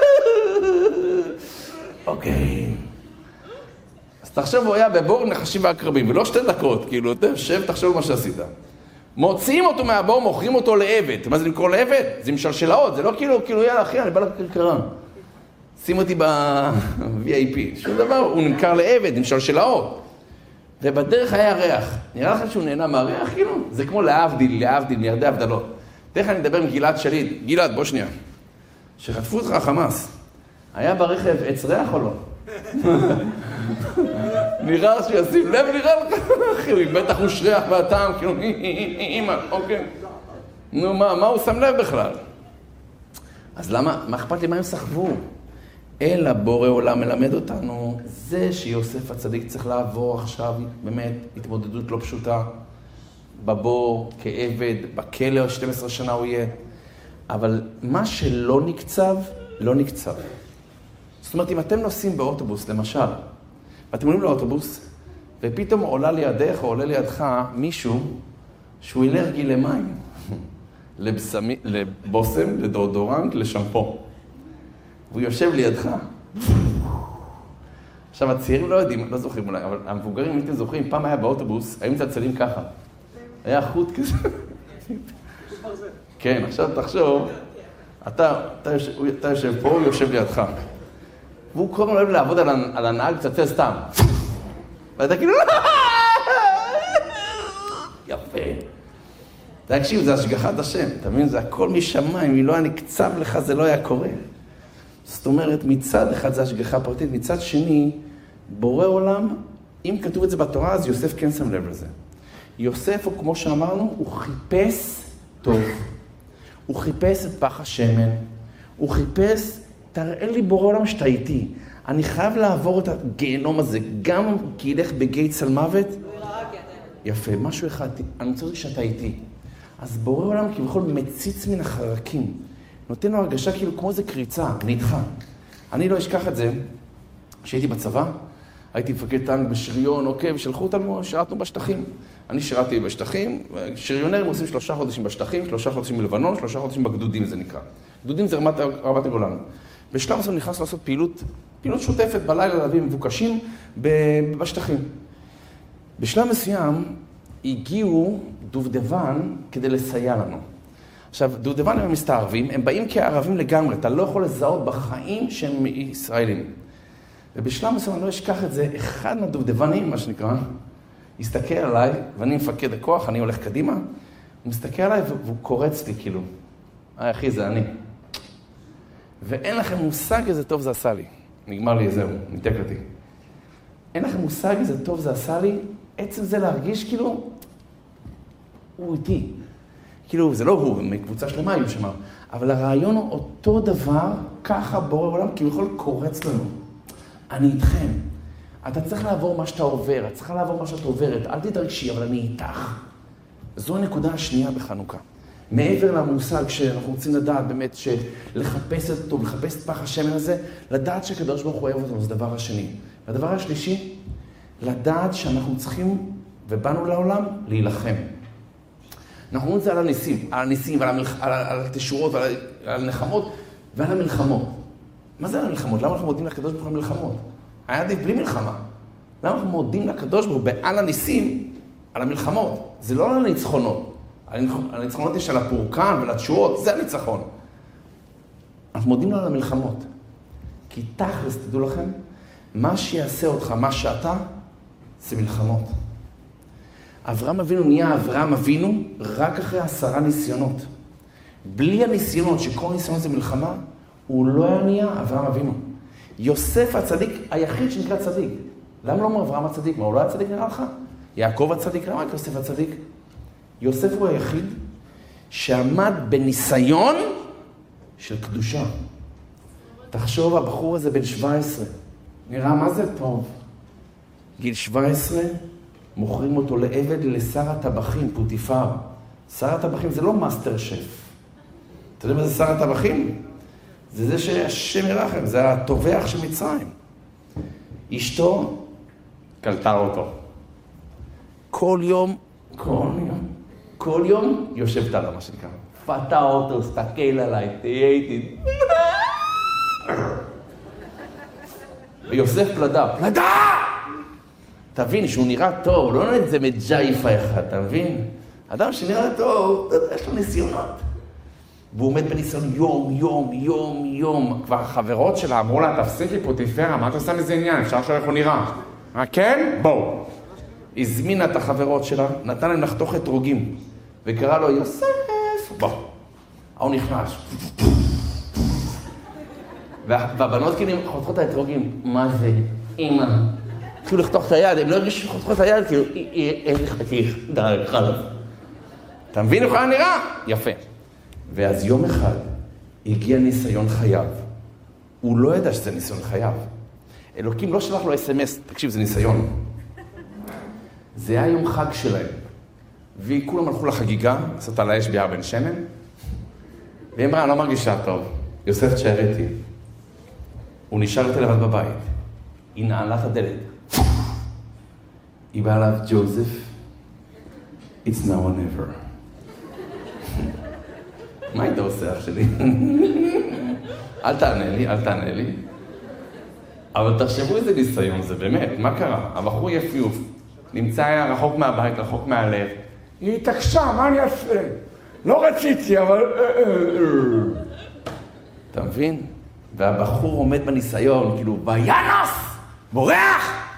Speaker 2: אוקיי. אז תחשוב, הוא היה בבור עם נחשים והקרבים, ולא 2 דקות, כאילו, שב, תחשוב מה שעשית. מוציאים אותו מהבור, מוכרים אותו לעבד. מה זה לקרוא לעבד? זה משלשלאות, זה לא כאילו, יאללה, אחי, אני בא לכרכרה. שים אותי ב-VIP. שום דבר, הוא נמכר לעבד, עם שלשלאות. ובדרך היה ריח. נראה לכם שהוא נהנה מהריח, כאילו? זה כמו להבדיל, מירדי הבדלות. תכף אני מדבר עם גלעד שליט. גלעד, בוא שנייה. שחטפו אותך החמאס. היה ברכב עץ ריח או לא? נראה שישים לב, נראה לך, אחי, הוא בטח הוא שריח והטעם, כאילו, אמא, אוקיי. נו, מה הוא שם לב בכלל? אז למה, מה אכפת לי מה הם סחבו? אלא בורא עולם מלמד אותנו, זה שיוסף הצדיק צריך לעבור עכשיו, באמת, התמודדות לא פשוטה, בבור, כעבד, בכלא, 12 שנה הוא יהיה. אבל מה שלא נקצב, לא נקצב. זאת אומרת, אם אתם נוסעים באוטובוס, למשל, ואתם עולים לאוטובוס, ופתאום עולה לידך או עולה לידך מישהו שהוא אלרגי למים, לבוסם, לדאודורנט, לשמפו. והוא יושב לידך. עכשיו, הצעירים לא יודעים, לא זוכרים אולי, אבל המבוגרים, אם אתם זוכרים, פעם היה באוטובוס, היו מצלצלים ככה. היה חוט כזה. כן, עכשיו תחשוב, אתה יושב פה, הוא יושב לידך. והוא כל הזמן אוהב לעבוד על הנהג, צלצל סתם. ואתה כאילו, יפה. תקשיב, זה השגחת השם, אתה מבין? זה הכל משמיים, אם לא היה נקצב לך, זה לא היה קורה. זאת אומרת, מצד אחד זה השגחה פרטית, מצד שני, בורא עולם, אם כתוב את זה בתורה, אז יוסף כן שם לב לזה. יוסף, הוא, כמו שאמרנו, הוא חיפש טוב. הוא חיפש את פח השמן. הוא חיפש, תראה לי בורא עולם שאתה איתי. אני חייב לעבור את הגיהנום הזה, גם כי ילך בגיא צל מוות. יפה, משהו אחד, אני רוצה שאתה איתי. אז בורא עולם כביכול מציץ מן החרקים. נותן לו הרגשה כאילו כמו איזה קריצה, אני איתך. אני לא אשכח את זה, כשהייתי בצבא, הייתי מפקד טנק בשריון, אוקיי, ושלחו אותנו, שירתנו בשטחים. אני שירתי בשטחים, שריונרים עושים 3 חודשים בשטחים, 3 חודשים בלבנון, 3 חודשים בגדודים זה נקרא. גדודים זה רמת הגולן. בשלב מסוים נכנס לעשות פעילות שוטפת בלילה להביא מבוקשים בשטחים. בשלב מסוים הגיעו דובדבן כדי לסייע לנו. עכשיו, דובדבן הם מסתערבים, הם באים כערבים לגמרי, אתה לא יכול לזהות בחיים שהם ישראלים. ובשלב מסוים אני לא אשכח את זה, אחד מהדובדבנים, מה שנקרא, הסתכל עליי, ואני מפקד הכוח, אני הולך קדימה, הוא מסתכל עליי והוא קורץ לי כאילו, אחי, זה אני. ואין לכם מושג איזה טוב זה עשה לי. נגמר לי, זהו, ניתק אותי. אין לכם מושג איזה טוב זה עשה לי, עצם זה להרגיש כאילו, הוא איתי. כאילו, זה לא הוא, מקבוצה שלמה היו שמה, אבל הרעיון הוא אותו דבר, ככה בורא עולם, כי הוא יכול קורץ לנו. אני איתכם. אתה צריך לעבור מה שאתה עובר, את צריכה לעבור מה שאת עוברת, אל תתרגשי, אבל אני איתך. זו הנקודה השנייה בחנוכה. מעבר למושג שאנחנו רוצים לדעת באמת, שלחפש אותו, לחפש את פח השמן הזה, לדעת שהקדוש ברוך הוא אוהב אותנו, זה דבר השני. והדבר השלישי, לדעת שאנחנו צריכים, ובאנו לעולם, להילחם. אנחנו רואים את זה על הניסים, על התשורות, על הנחמות ועל המלחמות. מה זה על המלחמות? למה אנחנו מודים לקדוש ברוך הוא על מלחמות? היה עדיף בלי מלחמה. למה אנחנו מודים לקדוש ברוך הוא על הניסים, על המלחמות? זה לא על הניצחונות. על הניצחונות יש על הפורקן ועל התשורות, זה הניצחון. אנחנו מודים לו על המלחמות. כי תכלס, תדעו לכם, מה שיעשה אותך, מה שאתה, זה מלחמות. אברהם אבינו נהיה אברהם אבינו רק אחרי 10 ניסיונות. בלי הניסיונות, שכל ניסיונות זה מלחמה, הוא לא היה נהיה אברהם אבינו. יוסף הצדיק היחיד שנקרא צדיק. למה לא אומר אברהם הצדיק? מה, הוא לא היה צדיק נראה לך? יעקב הצדיק, למה רק יוסף הצדיק? יוסף הוא היחיד שעמד בניסיון של קדושה. תחשוב, הבחור הזה בן 17. נראה מה זה טוב. גיל 17, מוכרים אותו לעבד לשר הטבחים, פוטיפר. שר הטבחים זה לא מאסטר שף. אתה יודע מה זה שר הטבחים? זה שהשם ירחם, זה הטובח של מצרים. אשתו קלטה אותו. כל יום יושבת עליו, מה שנקרא. פתה אותו, סתכל עליי, תהיה איתי. ויוסף פלדה. תבין שהוא נראה טוב, לא נראה את זה מג'ייפה אחד, אתה מבין? אדם שנראה טוב, יש לו ניסיונות. והוא עומד בניסיון יום. כבר החברות שלה אמרו לה, תפסיק לי פוטיפרה, מה אתה עושה מזה עניין? אפשר לשאול איך הוא נראה. כן? בואו. הזמינה את החברות שלה, נתן להם לחתוך אתרוגים, וקרא לו, יוסף, בוא. הוא נכנס. והבנות כאילו חותכות את האתרוגים, מה זה? אמא. כאילו לחתוך את היד, הם לא הרגישו שחותכות את היד, כאילו, איך חתיך, די, חלב. אתה מבין איך הוא היה נראה? יפה. ואז יום אחד הגיע ניסיון חייו. הוא לא ידע שזה ניסיון חייו. אלוקים לא שלח לו אס-אמס, תקשיב, זה ניסיון. זה היה יום חג שלהם. וכולם הלכו לחגיגה, לעשות על האש ביער בן שמן, והיא אמרה, אני לא מרגישה טוב. יוסף תשאר איתי. הוא נשאר איתי לבד בבית. היא נעלה את הדלת. היא באה אליו, ג'וזף, it's now or never. מה היית עושה, אח שלי? אל תענה לי. אבל תחשבו איזה ניסיון זה, באמת, מה קרה? הבחור יפיוף, נמצא רחוק מהבית, רחוק מהלב. היא התעקשה, מה אני אעשה? לא רציתי, אבל... אתה מבין? והבחור עומד בניסיון, כאילו, וינוס! בורח!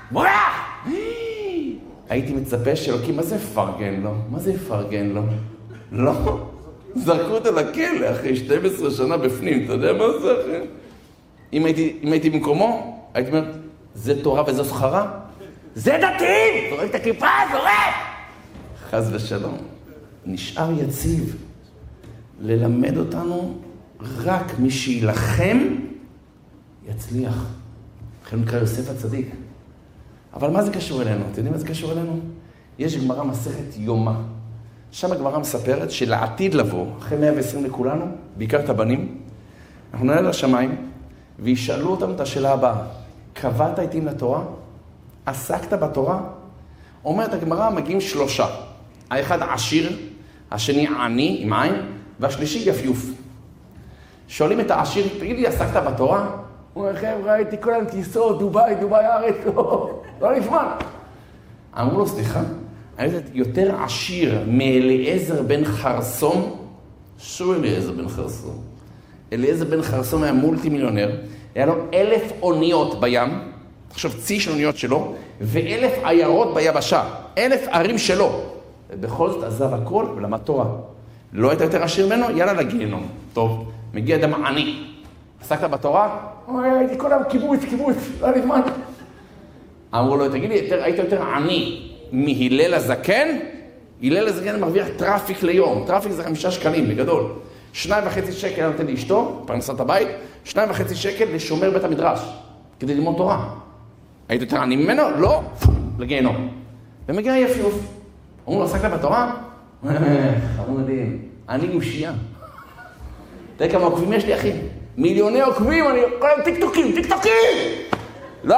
Speaker 2: הייתי מצפה שאלוקים, מה זה יפרגן לו? לא. זרקו אותו לכלא אחרי 12 שנה בפנים, אתה יודע מה זה אחרי? אם הייתי במקומו, הייתי אומר, זה תורה וזו שכרה? זה דתיים! זורק את הכיפה, זורק! חס ושלום. נשאר יציב ללמד אותנו רק מי שילחם יצליח. לכן נקרא יוסף הצדיק. אבל מה זה קשור אלינו? אתם יודעים מה זה קשור אלינו? יש גמרא מסכת יומא. שם הגמרא מספרת שלעתיד לבוא, אחרי 120 לכולנו, בעיקר את הבנים, אנחנו נעלה לשמיים, וישאלו אותם את השאלה הבאה, קבעת עתים לתורה? עסקת בתורה? אומרת הגמרא, מגיעים 3. האחד עשיר, השני עני עם עין, והשלישי יפיוף. שואלים את העשיר, תגיד לי, עסקת בתורה? הוא אומר, חבר'ה, ראיתי כל היום טיסות, דובאי הארץ, לא נשמע. אמרו לו, סליחה, אני יותר עשיר מאליעזר בן חרסום? שו אליעזר בן חרסום? אליעזר בן חרסום היה מולטי מיליונר, היה לו 1,000 אוניות בים, עכשיו צי של אוניות שלו, ו1,000 עיירות ביבשה, 1,000 ערים שלו. ובכל זאת עזב הכל ולמד תורה. לא היית יותר עשיר ממנו? יאללה לגיהנום. טוב, מגיע אדם עני. עסקת בתורה? הייתי כל היום קיבוץ, לא נזמן. אמרו לו, תגיד לי, היית יותר עני מהלל הזקן? הלל הזקן מרוויח טראפיק ליום. טראפיק זה 5 שקלים, בגדול. 2.5 שקל נותן לאשתו, פרנסת הבית, 2.5 שקל לשומר בית המדרש, כדי ללמוד תורה. היית יותר עני ממנו? לא, לגיהנום. ומגיע יפיוף. אומרים לו, עסקת בתורה? חמודים, אני גושייה. תראה כמה עוקבים יש לי, אחי. מיליוני עוקבים, אני כל היום טיקטוקים. לא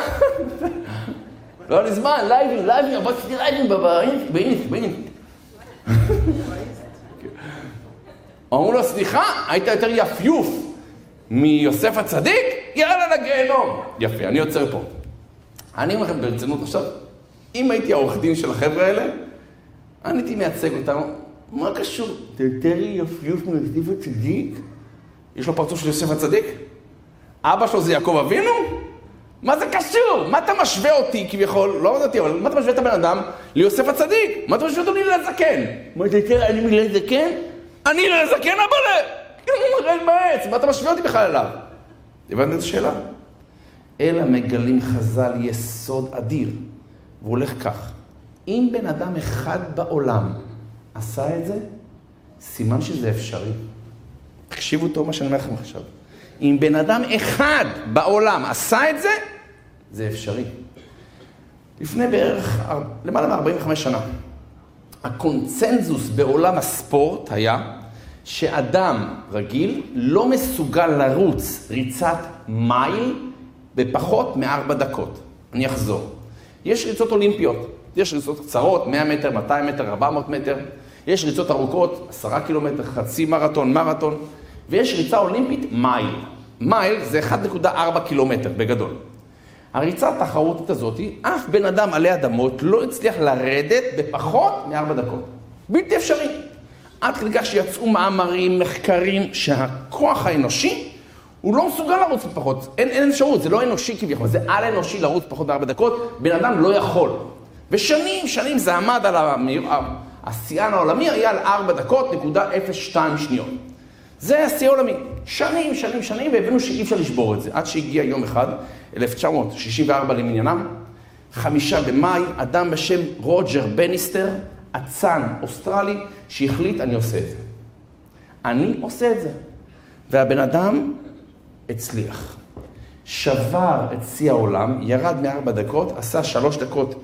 Speaker 2: היה לי זמן, לייבים, עבדתי לייבים באינס. אמרו לו, סליחה, היית יותר יפיוף מיוסף הצדיק? יאללה לגיהנום. יפה, אני יוצר פה. אני אומר לכם ברצינות עכשיו, אם הייתי העורך דין של החבר'ה האלה, אני הייתי מייצג אותם. מה קשור? אתה יותר יפיוף מיוסף הצדיק? יש לו פרצוף של יוסף הצדיק? אבא שלו זה יעקב אבינו? מה זה קשור? מה אתה משווה אותי כביכול? לא יודעתי, אבל מה אתה משווה את הבן אדם ליוסף הצדיק? מה אתה משווה אותו להלל הזקן? מה אתה יותר, אני מהלל הזקן? אני להלל הזקן, אבא רד בעץ, מה אתה משווה אותי בכלל אליו? הבנת את השאלה? אלא מגלים חז"ל יסוד אדיר, והוא הולך כך. אם בן אדם אחד בעולם עשה את זה, סימן שזה אפשרי. תקשיבו טוב מה שאני אומר לכם עכשיו. אם בן אדם אחד בעולם עשה את זה, זה אפשרי. לפני בערך למעלה מ-45 שנה, הקונצנזוס בעולם הספורט היה שאדם רגיל לא מסוגל לרוץ ריצת מייל בפחות מ4 דקות. אני אחזור. יש ריצות אולימפיות, יש ריצות קצרות, 100 מטר, 200 מטר, 400 מטר, יש ריצות ארוכות, 10 קילומטר, חצי מרתון, ויש ריצה אולימפית מייל. מייל זה 1.4 קילומטר בגדול. הריצה התחרותית הזאת, אף בן אדם עלי אדמות לא הצליח לרדת בפחות מ4 דקות. בלתי אפשרי. עד כדי כך שיצאו מאמרים, מחקרים, שהכוח האנושי הוא לא מסוגל לרוץ בפחות. אין אפשרות, זה לא אנושי כביכול, זה על אנושי לרוץ פחות מ4 דקות, בן אדם לא יכול. ושנים זה עמד על השיאן העולמי, היה על 4 דקות, 0.02 שניות. זה השיא העולמי. שנים, והבנו שאי אפשר לשבור את זה. עד שהגיע יום אחד, 1964 למניינם, 5 במאי, אדם בשם רוג'ר בניסטר, אצן אוסטרלי, שהחליט, אני עושה את זה. אני עושה את זה. והבן אדם הצליח. שבר את שיא העולם, ירד מ4 דקות, עשה 3 דקות,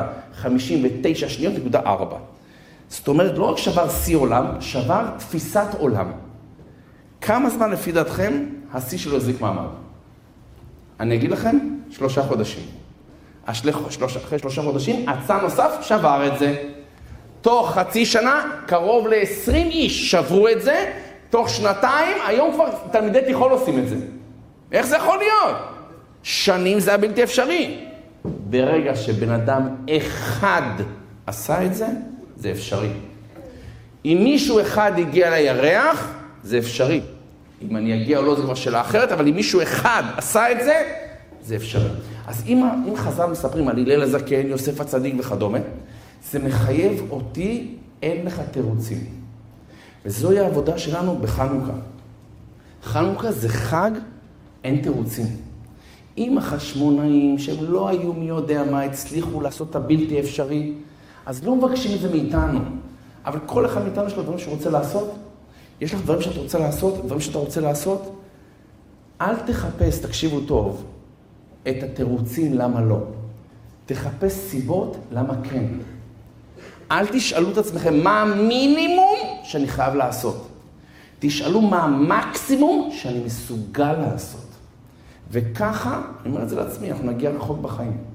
Speaker 2: 59 שניות, 4. זאת אומרת, לא רק שבר שיא עולם, שבר תפיסת עולם. כמה זמן לפי דעתכם השיא שלו החזיק מעמד? אני אגיד לכם, 3 חודשים. אחרי 3 חודשים, אצן נוסף שבר את זה. תוך חצי שנה, קרוב ל20 איש שברו את זה. תוך 2 היום כבר תלמידי תיכון עושים את זה. איך זה יכול להיות? שנים זה היה בלתי אפשרי. ברגע שבן אדם אחד עשה את זה, זה אפשרי. אם מישהו אחד הגיע לירח, זה אפשרי. אם אני אגיע או לא, זה כבר שאלה אחרת, אבל אם מישהו אחד עשה את זה, זה אפשרי. אז אם חז"ל מספרים על הלל הזקן, יוסף הצדיק וכדומה, זה מחייב אותי, אין לך תירוצים. וזוהי העבודה שלנו בחנוכה. חנוכה זה חג, אין תירוצים. אם החשמונאים, שהם לא היו מי יודע מה, הצליחו לעשות את הבלתי אפשרי, אז לא מבקשים את זה מאיתנו. אבל כל אחד מאיתנו יש לו דברים שהוא רוצה לעשות. יש לך דברים שאתה רוצה לעשות, דברים שאתה רוצה לעשות. אל תחפש, תקשיבו טוב, את התירוצים למה לא. תחפש סיבות למה כן. אל תשאלו את עצמכם מה המינימום שאני חייב לעשות. תשאלו מה המקסימום שאני מסוגל לעשות. וככה, אני אומר את זה לעצמי, אנחנו נגיע רחוק בחיים.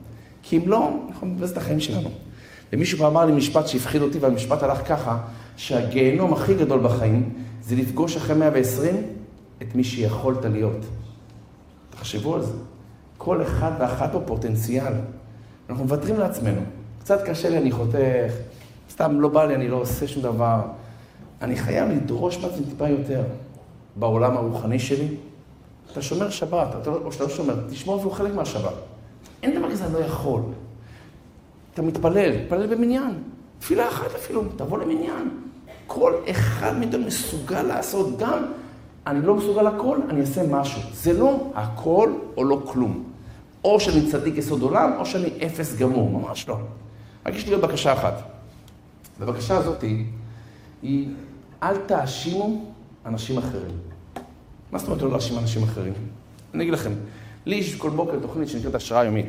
Speaker 2: כי אם לא, אנחנו נבז את החיים שלנו. ומישהו כבר אמר לי משפט שהפחיד אותי, והמשפט הלך ככה, שהגיהנום הכי גדול בחיים, זה לפגוש אחרי 120 את מי שיכולת להיות. תחשבו על זה. כל אחד ואחת הוא פוטנציאל. אנחנו מוותרים לעצמנו. קצת קשה לי, אני חותך, סתם לא בא לי, אני לא עושה שום דבר. אני חייב לדרוש בעצמי טיפה יותר. בעולם הרוחני שלי, אתה שומר שבת, או שאתה לא שומר, תשמור אפילו חלק מהשבת. אין דבר כזה, אני לא יכול. אתה מתפלל במניין. תפילה אחת אפילו, תבוא למניין. כל אחד מאיתנו מסוגל לעשות גם, אני לא מסוגל הכל, אני אעשה משהו. זה לא הכל או לא כלום. או שאני צדיק יסוד עולם, או שאני אפס גמור, ממש לא. רק יש לי עוד בקשה אחת. והבקשה הזאת היא, אל תאשימו אנשים אחרים. מה זאת אומרת לא להאשים אנשים אחרים? אני אגיד לכם, לי יש כל בוקר תוכנית שנקראת השראה יומית.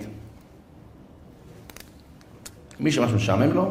Speaker 2: מי שמשהו משעמם לו,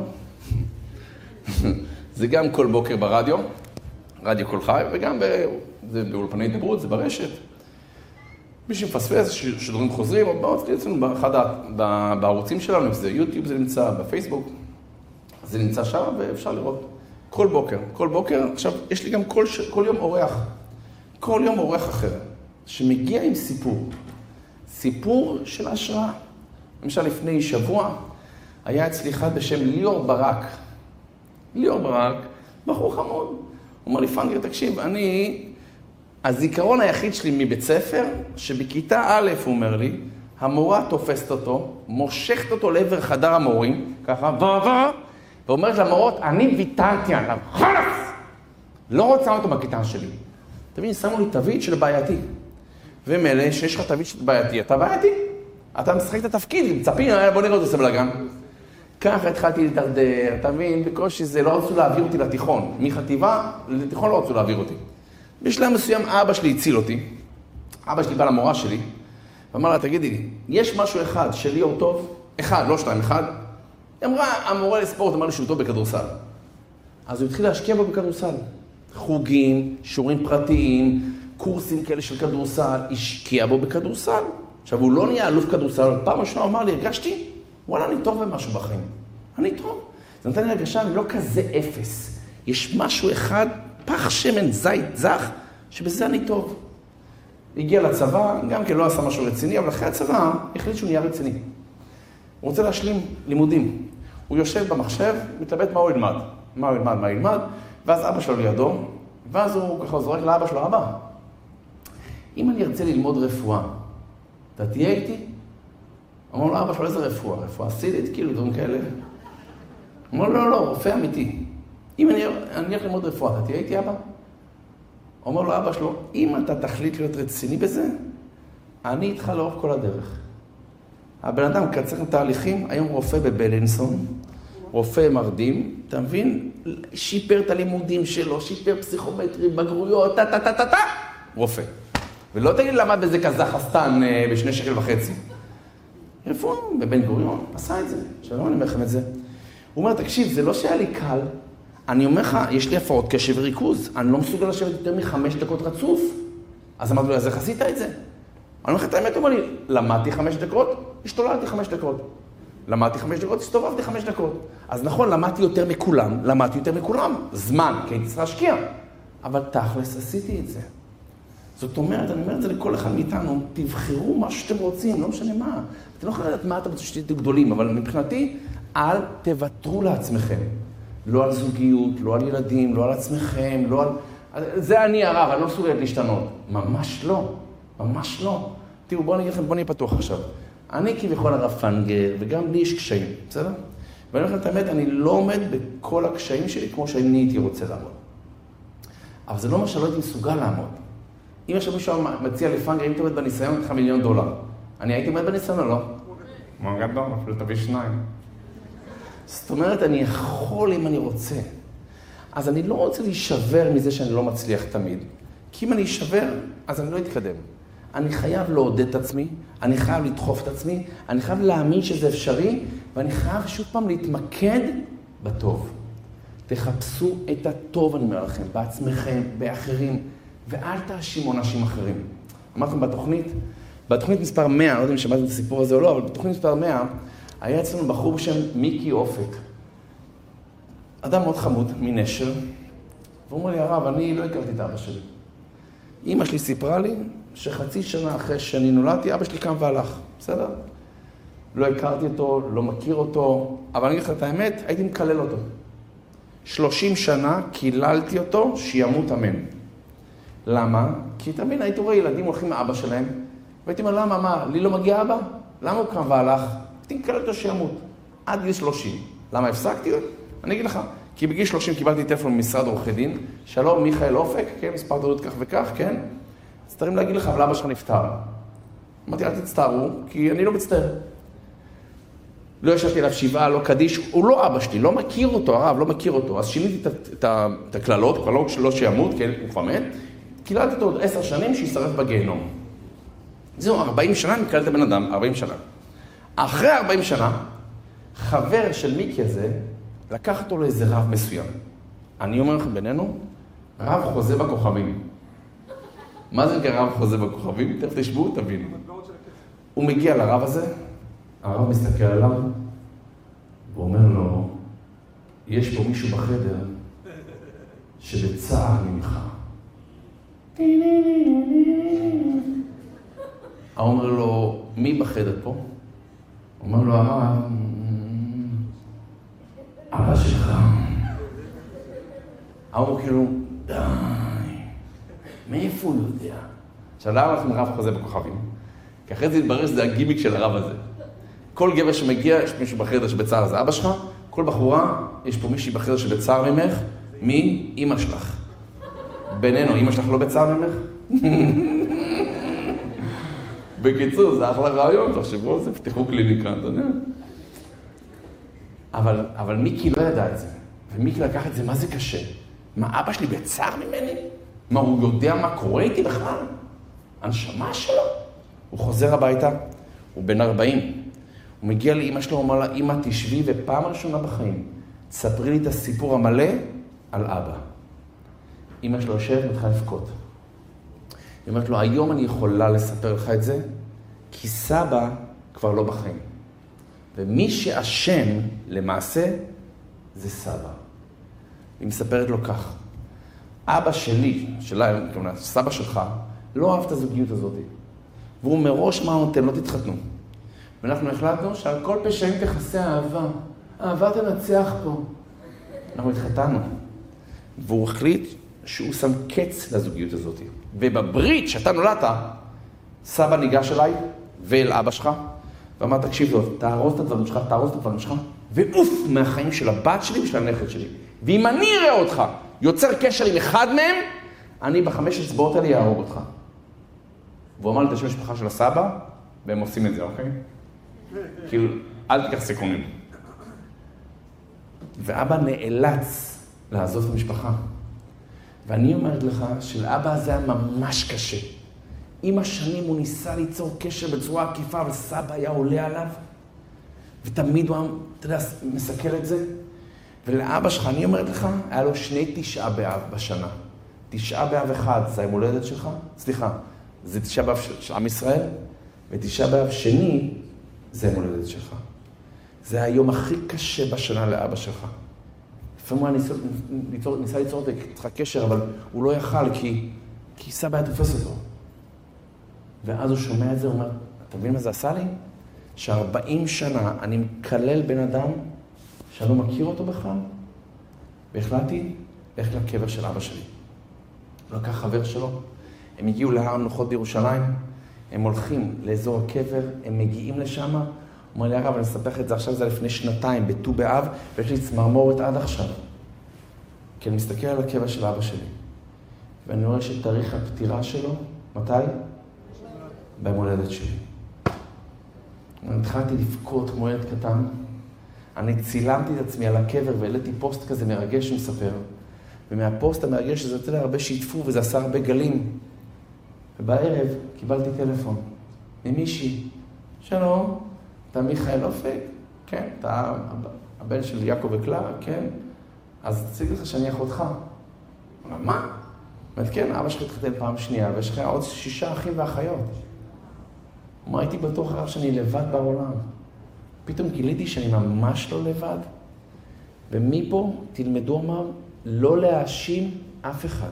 Speaker 2: זה גם כל בוקר ברדיו, רדיו כל חי, וגם זה באולפני דברות, זה ברשת. מי שמפספס, שדורים חוזרים, או אצלנו בערוצים שלנו, זה יוטיוב, זה נמצא בפייסבוק, זה נמצא שם ואפשר לראות. כל בוקר, עכשיו יש לי גם כל יום אורח, כל יום אורח אחר, שמגיע עם סיפור של השראה. למשל לפני שבוע, היה אצלי אחד בשם ליאור ברק, בחור חמוד. הוא אומר לי, פנגר, תקשיב, הזיכרון היחיד שלי מבית ספר, שבכיתה א', הוא אומר לי, המורה תופסת אותו, מושכת אותו לעבר חדר המורים, ככה, ואומרת למורות, אני ויתרתי עליו, חלס! לא רוצה אותו בכיתה שלי. תבין, שמו לי תווית של בעייתי. ומילא שיש לך תווית של בעייתי, אתה בעייתי. אתה משחק את התפקיד, מצפים, בוא נראה אותו עושה בלגן. ככה התחלתי להתדרדר, אתה מבין, בקושי זה, לא רצו להעביר אותי לתיכון. מחטיבה לתיכון לא רצו להעביר אותי. בשלב מסוים אבא שלי הציל אותי. אבא שלי בא למורה שלי, ואמר לה, תגידי לי, יש משהו אחד שלי הוא טוב? אחד, לא שתיים, אחד. היא אמרה, המורה לספורט אמר לי שהוא טוב בכדורסל. אז הוא התחיל להשקיע בו בכדורסל. חוגים, שיעורים פרטיים, קורסים כאלה של כדורסל, השקיע בו בכדורסל. עכשיו, הוא לא נהיה אלוף כדורסל, פעם ראשונה הוא אמר לי, הרגשתי, וואלה, אני טוב במשהו בחיים. אני טוב. זה נתן לי הרגשה, אני לא כזה אפס. יש משהו אחד, פח שמן, זית, זך, שבזה אני טוב. הגיע לצבא, גם כן לא עשה משהו רציני, אבל אחרי הצבא החליט שהוא נהיה רציני. הוא רוצה להשלים לימודים. הוא יושב במחשב, מתלבט מה הוא ילמד, ואז אבא שלו לידו, ואז הוא ככה זורק לאבא שלו, אבא, אם אני ארצה ללמוד רפואה, אתה תהיה איתי? אמרו לו, אבא שלו, איזה רפואה? רפואה סילית, כאילו, דברים כאלה. אמרו לו, לא, רופא אמיתי. אם אני אלך ללמוד רפואה, אתה תהיה איתי, אבא? אומר לו, אבא שלו, אם אתה תחליט להיות רציני בזה, אני איתך לאורך כל הדרך. הבן אדם קצר תהליכים, היום רופא בבלינסון, רופא מרדים, אתה מבין? שיפר את הלימודים שלו, שיפר פסיכומטרי, בגרויות, רופא. ולא תגיד למד בזה קזחסטן ב2.5 שקל. רפואה בבן גוריון, עשה את זה. שלום, אני אומר לכם את זה. הוא אומר, תקשיב, זה לא שהיה לי קל. אני אומר לך, יש לי הפרעות קשב וריכוז. אני לא מסוגל לשבת יותר מ5 דקות רצוף. אז אמרתי לו, אז איך עשית את זה? אני אומר לך, את האמת, הוא אומר לי, למדתי 5 דקות, השתוללתי 5 דקות. למדתי 5 דקות, הסתובבתי 5 דקות. אז נכון, למדתי יותר מכולם. זמן, כי הייתי צריך להשקיע. אבל תכלס, עשיתי את זה. זאת אומרת, אני אומר את זה לכל אחד מאיתנו, תבחרו מה שאתם רוצים, לא משנה מה. אתם לא יכולים לדעת מה אתם רוצים שתהיו גדולים, אבל מבחינתי, אל תוותרו לעצמכם. לא על זוגיות, לא על ילדים, לא על עצמכם, לא על... זה אני הרב, אני לא מסוגל להשתנות. ממש לא, ממש לא. תראו, בואו נגיד לכם, בואו נהיה פתוח עכשיו. אני כביכול הרב פנגר, וגם לי יש קשיים, בסדר? ואני אומר לכם את האמת, אני לא עומד בכל הקשיים שלי כמו שאני הייתי רוצה לעמוד. אבל זה לא מה שלא הייתי מסוגל לעמוד. אם עכשיו מישהו מציע לי פנגר, אם אתה עומד בניסיון, אני אתך $1,000,000. אני הייתי עומד בניסיון או לא? מה גדול, אפילו תביא 2. זאת אומרת, אני יכול אם אני רוצה. אז אני לא רוצה להישבר מזה שאני לא מצליח תמיד. כי אם אני אשבר, אז אני לא אתקדם. אני חייב לעודד את עצמי, אני חייב לדחוף את עצמי, אני חייב להאמין שזה אפשרי, ואני חייב שוב פעם להתמקד בטוב. תחפשו את הטוב, אני אומר לכם, בעצמכם, באחרים, ואל תאשימו אנשים אחרים. אמרתם בתוכנית מספר 100, לא יודע אם שמעתם את הסיפור הזה או לא, אבל בתוכנית מספר 100, היה אצלנו בחור בשם מיקי אופק. אדם מאוד חמוד, מנשר. והוא אומר לי, הרב, אני לא הכרתי את אבא שלי. אמא שלי סיפרה לי שחצי שנה אחרי שאני נולדתי, אבא שלי קם והלך. בסדר? לא הכרתי אותו, לא מכיר אותו, אבל אני אגיד לך את האמת, הייתי מקלל אותו. 30 שנה קיללתי אותו שימות אמן. למה? כי תמיד הייתי רואה ילדים הולכים מאבא שלהם, והייתי אומר, למה, מה, לי לא מגיע אבא? למה הוא קם והלך? הייתי מקלל אותו שימות. עד גיל 30. למה הפסקתי? אני אגיד לך, כי בגיל 30 קיבלתי טלפון ממשרד עורכי דין, שלום, מיכאל אופק, כן, מספר תעודת כך וכך, כן? מצטערים להגיד לך, אבל אבא שלך נפטר. אמרתי, אל תצטערו, כי אני לא מצטער. לא ישבתי עליו שבעה, לא קדיש, הוא לא אבא שלי, לא מכיר אותו, הרב, לא מכיר אותו. אז שיניתי את הכללות, כבר לא שימות, כן, הוא כבר מת. קיללתי אותו עוד 10 שנים שישרף בגיהנום. זהו, 40 שנה אני קיללתי בן אדם, 40 שנה. אחרי 40 שנה, חבר של מיקי הזה, לקח אותו לאיזה רב מסוים. אני אומר לכם בינינו, רב חוזה בכוכבים. מה זה נקרא רב חוזה בכוכבים? תכף תשבו, תבינו. הוא מגיע לרב הזה, הרב מסתכל עליו, ואומר לו, יש פה מישהו בחדר שבצער ממך. הוא אומר לו, מי בחדר פה? הוא אומר לו, הרב, אבא שלך. הוא אומר כאילו, די, מאיפה הוא יודע? עכשיו, למה אנחנו רב חוזה בכוכבים? כי אחרי זה התברר שזה הגימיק של הרב הזה. כל גבר שמגיע, יש מישהו בחדר שבצער זה אבא שלך, כל בחורה, יש פה מישהי בחדר שבצער ממך, מי? אמא שלך. בינינו, אמא שלך לא בצער ממך? בקיצור, זה אחלה רעיון, תחשבו על זה, פתחו קליניקה, אתה יודע. אבל מיקי לא ידע את זה, ומיקי לקח את זה, מה זה קשה? מה, אבא שלי בצער ממני? מה, הוא יודע מה קורה איתי בכלל? הנשמה שלו? הוא חוזר הביתה, הוא בן 40. הוא מגיע לאמא שלו, הוא אומר לה, אמא, תשבי, ופעם ראשונה בחיים, תספרי לי את הסיפור המלא על אבא. אמא שלו יושב, מתחילה לבכות. היא אומרת לו, היום אני יכולה לספר לך את זה, כי סבא כבר לא בחיים. ומי שאשם למעשה זה סבא. היא מספרת לו כך, אבא שלי, כלומר, סבא שלך, לא אהב את הזוגיות הזאת. והוא מראש מה נותן, לא תתחתנו. ואנחנו החלטנו שעל כל פשעים תכסה אהבה. אהבה תנצח פה. אנחנו התחתנו. והוא החליט שהוא שם קץ לזוגיות הזאת. ובברית שאתה נולדת, סבא ניגש אליי ואל אבא שלך, ואמר, תקשיב לו, תארוז את הדברים שלך, ועוף מהחיים של הבת שלי ושל הנכד שלי. ואם אני אראה אותך, יוצר קשר עם אחד מהם, אני ב5 אצבעות האלה יהרוג אותך. והוא אמר לי את השם המשפחה של הסבא, והם עושים את זה, אוקיי? כאילו, אל תיקח סיכונים. ואבא נאלץ לעזוב את המשפחה. ואני אומרת לך שלאבא הזה היה ממש קשה. עם השנים הוא ניסה ליצור קשר בצורה עקיפה, אבל סבא היה עולה עליו, ותמיד הוא, אתה יודע, מסכל את זה. ולאבא שלך, אני אומרת לך, היה לו 2 9 באב בשנה. 9 באב אחד, זה היום הולדת שלך? סליחה, זה 9 באב של עם ישראל, ו9 באב שני, זה היום הולדת שלך. זה היום הכי קשה בשנה לאבא שלך. לפעמים הוא ניסה ליצור איתך קשר, אבל הוא לא יכל, כי סבא היה תופס אותו. ואז הוא שומע את זה, הוא אומר, אתה מבין מה זה עשה לי? ש40 שנה אני מקלל בן אדם שאני לא מכיר אותו בכלל, והחלטתי ללכת לקבר של אבא שלי. הוא לקח חבר שלו, הם הגיעו להר המנוחות בירושלים, הם הולכים לאזור הקבר, הם מגיעים לשם, הוא אומר לי, הרב, אני אספר לך את זה עכשיו, זה לפני 2 בט"ו באב, ויש לי צמרמורת עד עכשיו. כי אני מסתכל על הקבר של אבא שלי, ואני רואה שתאריך הפטירה שלו, מתי? ביום הולדת שלי. אני התחלתי לבכות כמו ילד קטן, אני צילמתי את עצמי על הקבר והעליתי פוסט כזה מרגש שמספר, ומהפוסט המרגש הזה, אתה יודע, הרבה שיתפו וזה עשה הרבה גלים. ובערב קיבלתי טלפון ממישהי, שלום, אתה מיכאל אופק? כן, אתה הבן של יעקב וקלרה, כן? אז תציג לך שאני אחותך. הוא אומר, מה? אומרת, כן, אבא שלך התחתן פעם שנייה, ויש לך עוד 6 אחים ואחיות. הוא אומר, הייתי בטוח הרב שאני לבד בעולם. פתאום גיליתי שאני ממש לא לבד. ומפה תלמדו, אמר, לא להאשים אף אחד.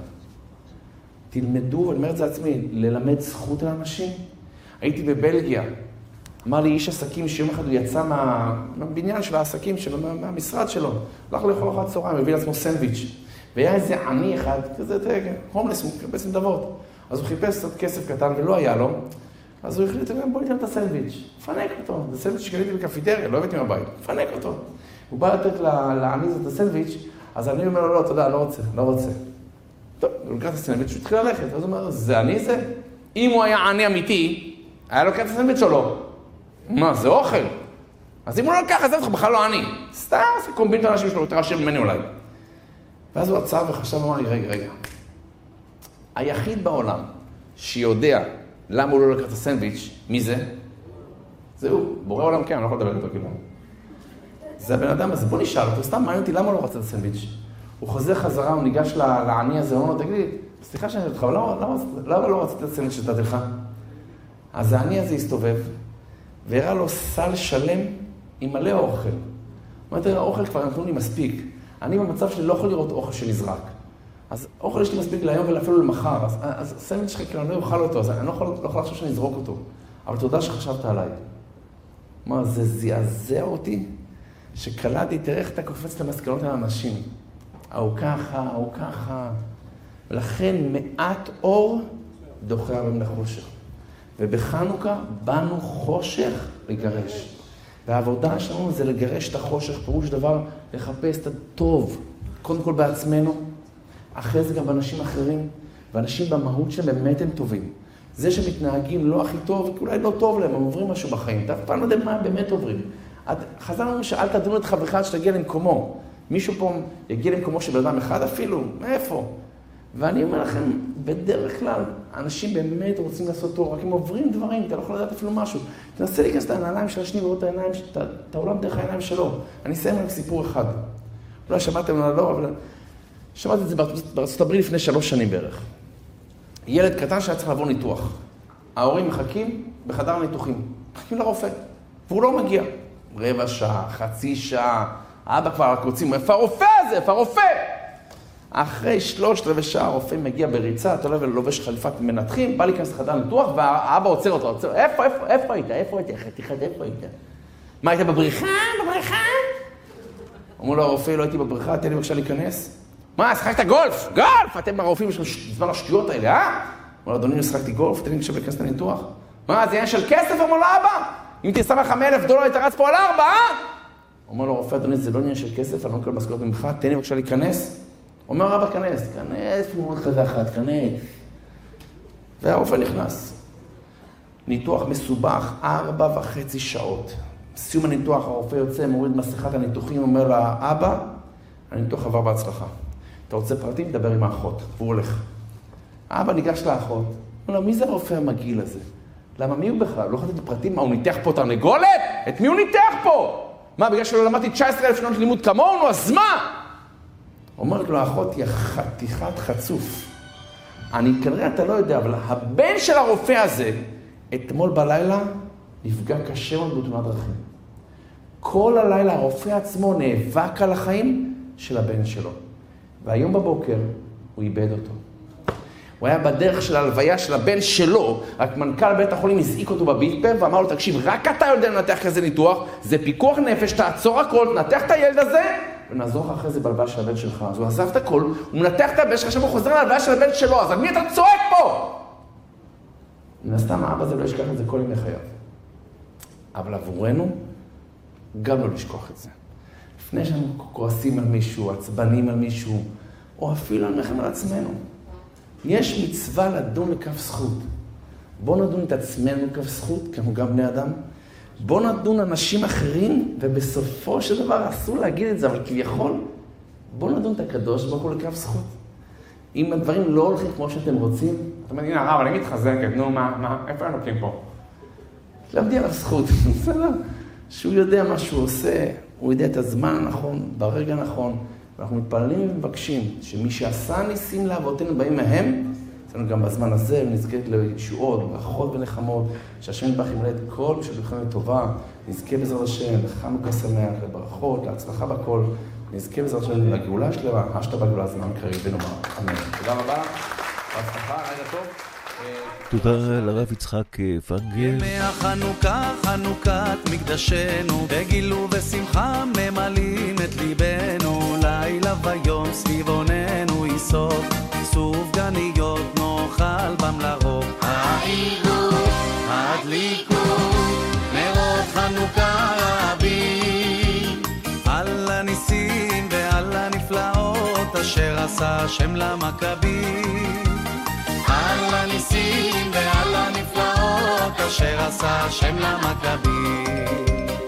Speaker 2: תלמדו, אני אומר את זה עצמי, ללמד זכות על אנשים. הייתי בבלגיה, אמר לי איש עסקים שיום אחד הוא יצא מהבניין של העסקים שלו, מהמשרד שלו, הלך לאכול אחת צהריים, הביא לעצמו סנדוויץ'. והיה איזה עני אחד, כזה הומלס, בעצם דבות. אז הוא חיפש קצת כסף קטן ולא היה לו, אז הוא החליט, בוא ניתן את הסנדוויץ', פנק אותו. זה סנדוויץ' שקניתי בקפיטריה, לא הבאתי מהבית, פנק אותו. הוא בא לתת לעני את הסנדוויץ', אז אני אומר לו, לא, תודה, לא רוצה. טוב, הוא לקח את הסנדוויץ', הוא התחיל ללכת, אז הוא אומר, זה אני זה? אם הוא היה עני אמיתי, היה לוקח את הסנדוויץ' או לא? מה, זה אוכל. אז אם הוא לא לקח, אז זה בכלל לא עני. סתם, זה קומבינות אנשים שלו, יותר עשיר ממני אולי. ואז הוא עצר וחשב ואמר לי, רגע. היחיד בעולם שיודע למה הוא לא לקח את הסנדוויץ', מי זה? זהו, בורא עולם כן, אני לא יכול לדבר איתו כאילו. זה הבן אדם הזה, בוא נשאל אותו, סתם מעניין אותי למה הוא לא רצה את הסנדוויץ'. הוא חוזר חזרה, הוא ניגש לעני הזה, הוא אומר לו, תגיד לי, סליחה שאני יודעת לך, אבל למה לא רצית את הסנדוויץ' שתת לך? אז העני הזה הסתובב, והראה לו סל שלם עם מלא אוכל. הוא אומר, תראה, האוכל כבר נתנו לי מספיק. אני במצב שלי לא יכול לראות אוכל שנזרק. אז אוכל יש לי מספיק להיום ואפילו למחר. אז סנדוויץ' שלך כאילו, אני לא אוכל אותו, אז אני לא יכול לחשוב שאני אזרוק אותו. אבל תודה שחשבת עליי. מה, זה זעזע אותי? שקלטתי, תראה איך אתה קופץ למסקנות על האנשים. הוא ככה. ולכן מעט אור דוחה הרבה מן החושך. ובחנוכה באנו חושך לגרש. והעבודה שלנו זה לגרש את החושך, פירוש דבר לחפש את הטוב, קודם כל בעצמנו, אחרי זה גם באנשים אחרים, ואנשים במהות שהם באמת הם טובים. זה שמתנהגים לא הכי טוב, כי אולי לא טוב להם, הם עוברים משהו בחיים, אתה אף פעם לא יודע מה הם באמת עוברים. חז"ל אומרים שאל תדונו את חברך שתגיע למקומו. מישהו פה יגיע למקומו של בן אדם אחד אפילו, מאיפה? ואני אומר לכם, בדרך כלל, אנשים באמת רוצים לעשות טוב, רק הם עוברים דברים, אתה לא יכול לדעת אפילו משהו. תנסה להיכנס את העיניים של השני ולראות את העולם דרך העיניים שלו. אני אסיים רק סיפור אחד. אולי שמעתם או לא, אבל שמעתי את זה בארצות הברית לפני 3 שנים בערך. ילד קטן שהיה צריך לעבור ניתוח. ההורים מחכים בחדר הניתוחים, מחכים לרופא, והוא לא מגיע. 15 שעה, חצי שעה, האבא כבר רק רוצים, איפה הרופא הזה? איפה הרופא? אחרי 3/4 שעה הרופא מגיע בריצה, אתה לא לובש חליפת מנתחים, בא להיכנס לחדר ניתוח, והאבא עוצר אותו, איפה היית? איפה היית? מה, היית בבריכה? אמרו לו, הרופא, לא הייתי בבריכה, תן לי בבקשה להיכנס. מה, שחקת גולף? אתם הרופאים, יש לכם זמן השטויות האלה, אה? אמרו לו, אדוני, שחקתי גולף, תן לי בבקשה להיכנס לניתוח. מה, זה עניין של כסף? אמרו לו, אבא, אם תשם לך $1,000, היית רץ פה על 4, אה? אומר לו, הרופא, אדוני, זה לא עניין של כסף, אני לא מקבל משכורת ממך, תן לי בבקשה להיכנס. אומר רבא, כנס, מאוד חזחת, כנס. והרופא נכנס. ניתוח מסובך, 4.5 שעות. בסיום הניתוח, הרופא יוצא, מוריד מסכת הניתוחים, אומר לה, אבא, הניתוח עבר בהצלחה. אתה רוצה פרטים? דבר עם האחות. והוא הולך. האבא ניגש לאחות, אומר לה, מי זה הרופא המגעיל הזה? למה, מי הוא בכלל? לא חייבת פרטים, מה, הוא ניתח פה תרנגולת? את מי הוא ניתח פה? מה, בגלל שלא למדתי 19,000 שנות לימוד כמונו, אז מה? אומרת לו, האחות היא חתיכת חצוף. כנראה אתה לא יודע, אבל הבן של הרופא הזה, אתמול בלילה, נפגע קשה מאוד בתאונת דרכים. כל הלילה הרופא עצמו נאבק על החיים של הבן שלו. והיום בבוקר הוא איבד אותו. הוא היה בדרך של ההלוויה של הבן שלו, רק מנכ"ל בית החולים הזעיק אותו בביפר, ואמר לו, תקשיב, רק אתה יודע לנתח כזה ניתוח, זה פיקוח נפש, תעצור הכל, תנתח את הילד הזה, ונעזור לך אחרי זה בהלוויה של הבן שלך. אז הוא עזב את הכל, הוא מנתח את הבן שלך, עכשיו הוא חוזר להלוויה של הבן שלו, אז על מי אתה צועק פה? מן הסתם האבא הזה לא ישכח את זה כל ימי חייו. אבל עבורנו, גם לא לשכוח את זה. לפני שאנחנו כועסים על מישהו, עצבנים על מישהו, או אפילו על עצמנו. יש מצווה לדון לכף זכות. בוא נדון את עצמנו לכף זכות, כי אנחנו גם בני אדם. בוא נדון אנשים אחרים, ובסופו של דבר אסור להגיד את זה, אבל כביכול, בוא נדון את הקדוש ברוך הוא לכף זכות. אם הדברים לא הולכים כמו שאתם רוצים,
Speaker 5: זאת אומרת, הנה הרב, אני מתחזקת, נו, איפה אנחנו נוקעים פה?
Speaker 2: למדי עליו זכות, בסדר? שהוא יודע מה שהוא עושה, הוא יודע את הזמן הנכון, ברגע הנכון, ואנחנו מתפללים ומבקשים שמי שעשה ניסים לאבותינו באים מהם, אצלנו גם בזמן הזה, ונזכה לישועות, ברכות ונחמות, שהשם יתברך ימלא את כל בשביל לכם לטובה, נזכה בעזרת השם לחנוכה שמח, לברכות, להצלחה בכל, נזכה בעזרת השם לגאולה שלמה, השתה בגאולה זמן קריב ונאמר, אמן. תודה רבה, בהצלחה, לילה טוב.
Speaker 1: תודה לרב יצחק פנגל.
Speaker 6: ימי החנוכה, חנוכת מקדשנו, בגילו ושמחה ממלאים את ליבנו, לילה ויום סביב עוננו יסוף, סופגניות נאכל בם לרוב. העירו, הדליקו, נרות חנוכה רבים, על הניסים ועל הנפלאות אשר עשה השם למכבים, על הניסים ועל הנפלאות אשר עשה השם למכבים.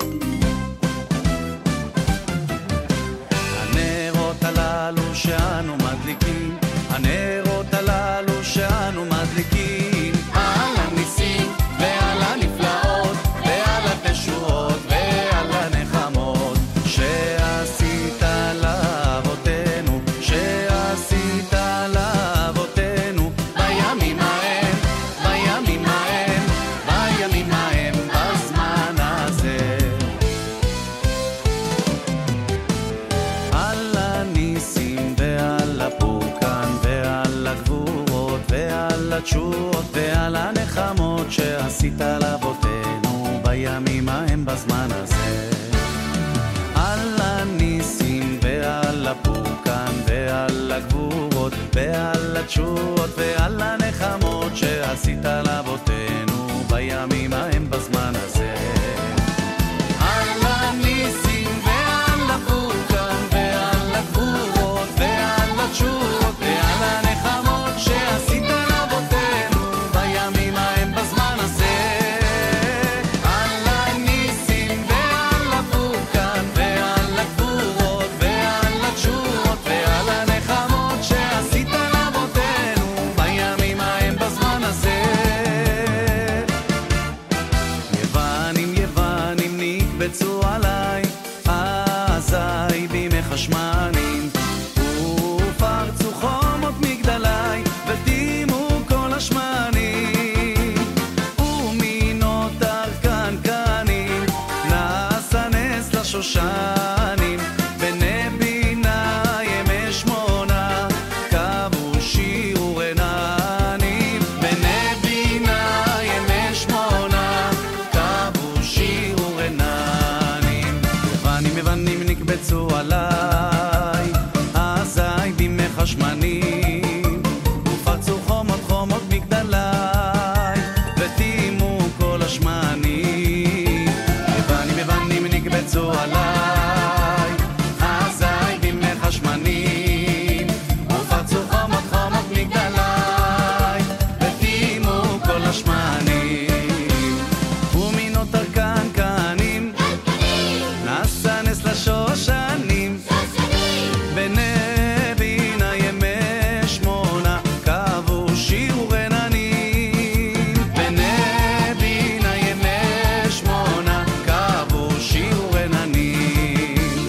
Speaker 6: הנרות הללו שאנו מדליקים, הנרות הללו שאנו מדליקים, על הניסים ועל הנפלאות ועל התשועות ועל הנחמות שעשית לאבותינו, שעשית לאבותינו בימים ההם, בימים ההם, בימים ההם בזמן הזה. על הניסים ועל הפורקן ועל הגבורות ועל התשועות ועל הנחמות שעשית לאבותינו בימים ההם בזמן הזה. על הניסים ועל הפורקן ועל הגבורות ועל התשועות ועל הנחמות שעשית לאבותינו בימים ההם בזמן הזה. על הניסים ועל הפורקן ועל הגבורות ועל התשועות ועל הנחמות שעשית לאבותינו בימים ההם בזמן הזה. על הניסים ועל הפורקן ועל הגבורות ועל התשועות ועל הנחמות שעשית לאבותינו בימים ההם בזמן הזה. יוונים יוונים נקבצו עליי, אזי בימי חשמנים, ופרצו חומות מגדלי וטימו כל השמנים, ומינות ארכנקנים נעשה נס לשושנים, בני בינה ימי שמונה קבעו שיעור עננים, בני בינה ימי שמונה קבעו שיעור עננים. יוונים יוונים נקבצו עליי, אזי בימי חשמנים, ופרצו חומות חומות מגדלי וטימו כל השמנים. יוונים יוונים נקבצו עליי, אזי בימי חשמנים, ופרצו חומות חומות מגדלי וטימו כל השמנים, ומינות ארכנקנים נעשה נס לשושנים, בני בינה ימי שמונה קבעו שיעור עננים, בני בינה ימי שמונה קבעו שיעור עננים.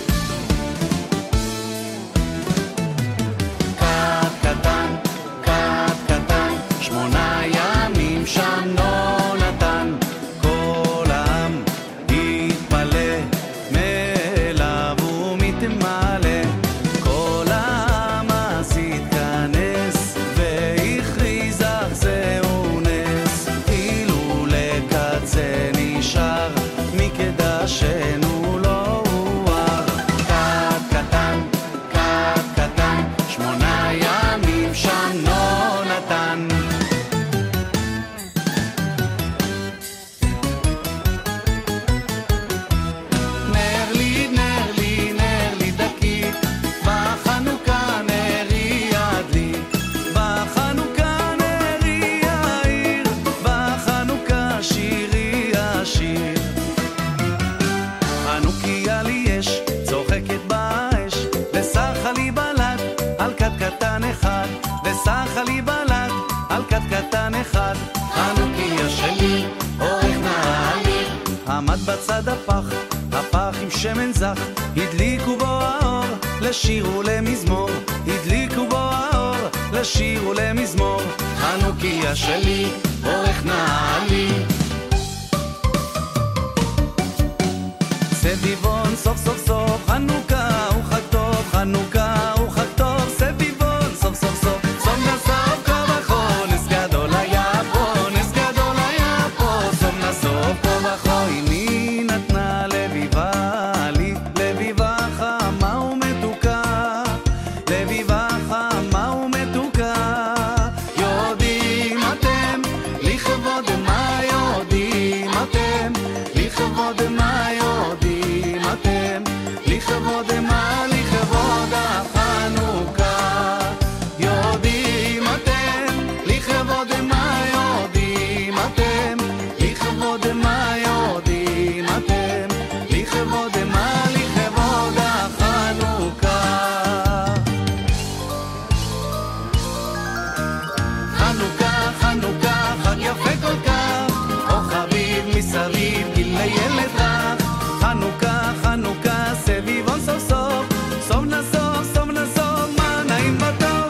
Speaker 6: קט קטן, קט קטן, 8 ימים שם לא נתן, כל העם התפלא מאליו ומתמלא, כל העם אז התכנס והכריז אך זהו נס, אילו לקצה נשאר מקדשנו לא הואר. קט קטן, קט קטן, 8 ימים שם לא נתן. נר לי, נר לי, נר לי דקיק, בחנוכה נרי ידליק, בחנוכה נרי יאיר, בחנוכה שירי ישיר. חנוכיה לי יש, צוחקת באש, וסחה לי בלט על קט קטן אחד, וסחה לי בלט על קט קטן אחד. חנוכיה שלי, אורך נעלי, עמד בצד הפח, הפח עם שמן זך, הדליקו בו האור לשיר ולמזמור, הדליקו בו האור לשיר ולמזמור. חנוכיה שלי, אורך נעלי. סביבון, סוף סוף סוף, חנוכה הוא חג טוב, חנוכה הוא חג טוב, סביבון, סוף סוף סוף, סוף נסוף כה וכה, נס גדול היה פה, נס גדול היה פה, סוף נסוף כה וכה, אמי נתנה לביבה לי, לביבה חמה ומתוקה, לביבה חמה ומתוקה, יודעים אתם, לכבוד מה יודעים אתם, לכבוד מה יודעים אתם, לכבוד מה לכבוד החנוכה, יודעים אתם, לכבוד מה יודעים אתם, לכבוד מה יודעים אתם, לכבוד מה לכבוד החנוכה. חנוכה, חנוכה, חג יפה כל כך, אור חביב מסביב, גיל לילד רך. חנוכה, חנוכה, סביבון סוף סוף, סוף נסוף, סוף נסוף, מה נעים וטוב.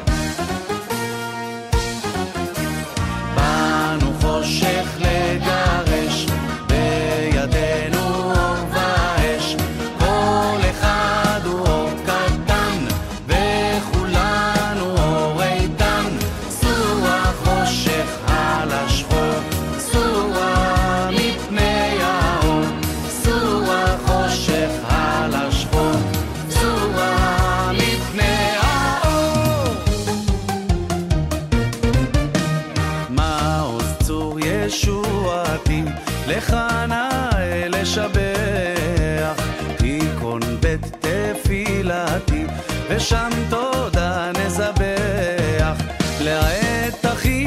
Speaker 6: באנו חושך לגרש, בידינו אור ואש, כל אחד הוא אור קטן, וכולנו אור איתן. סור החושך על השחור, סור מפני האור, סור החושך על השחור, סור מפני האור. מעוז צור ישועתי, לך נאה לשבח, תיקון בית תפילתי, ושם תודה נזבח, לעת אחי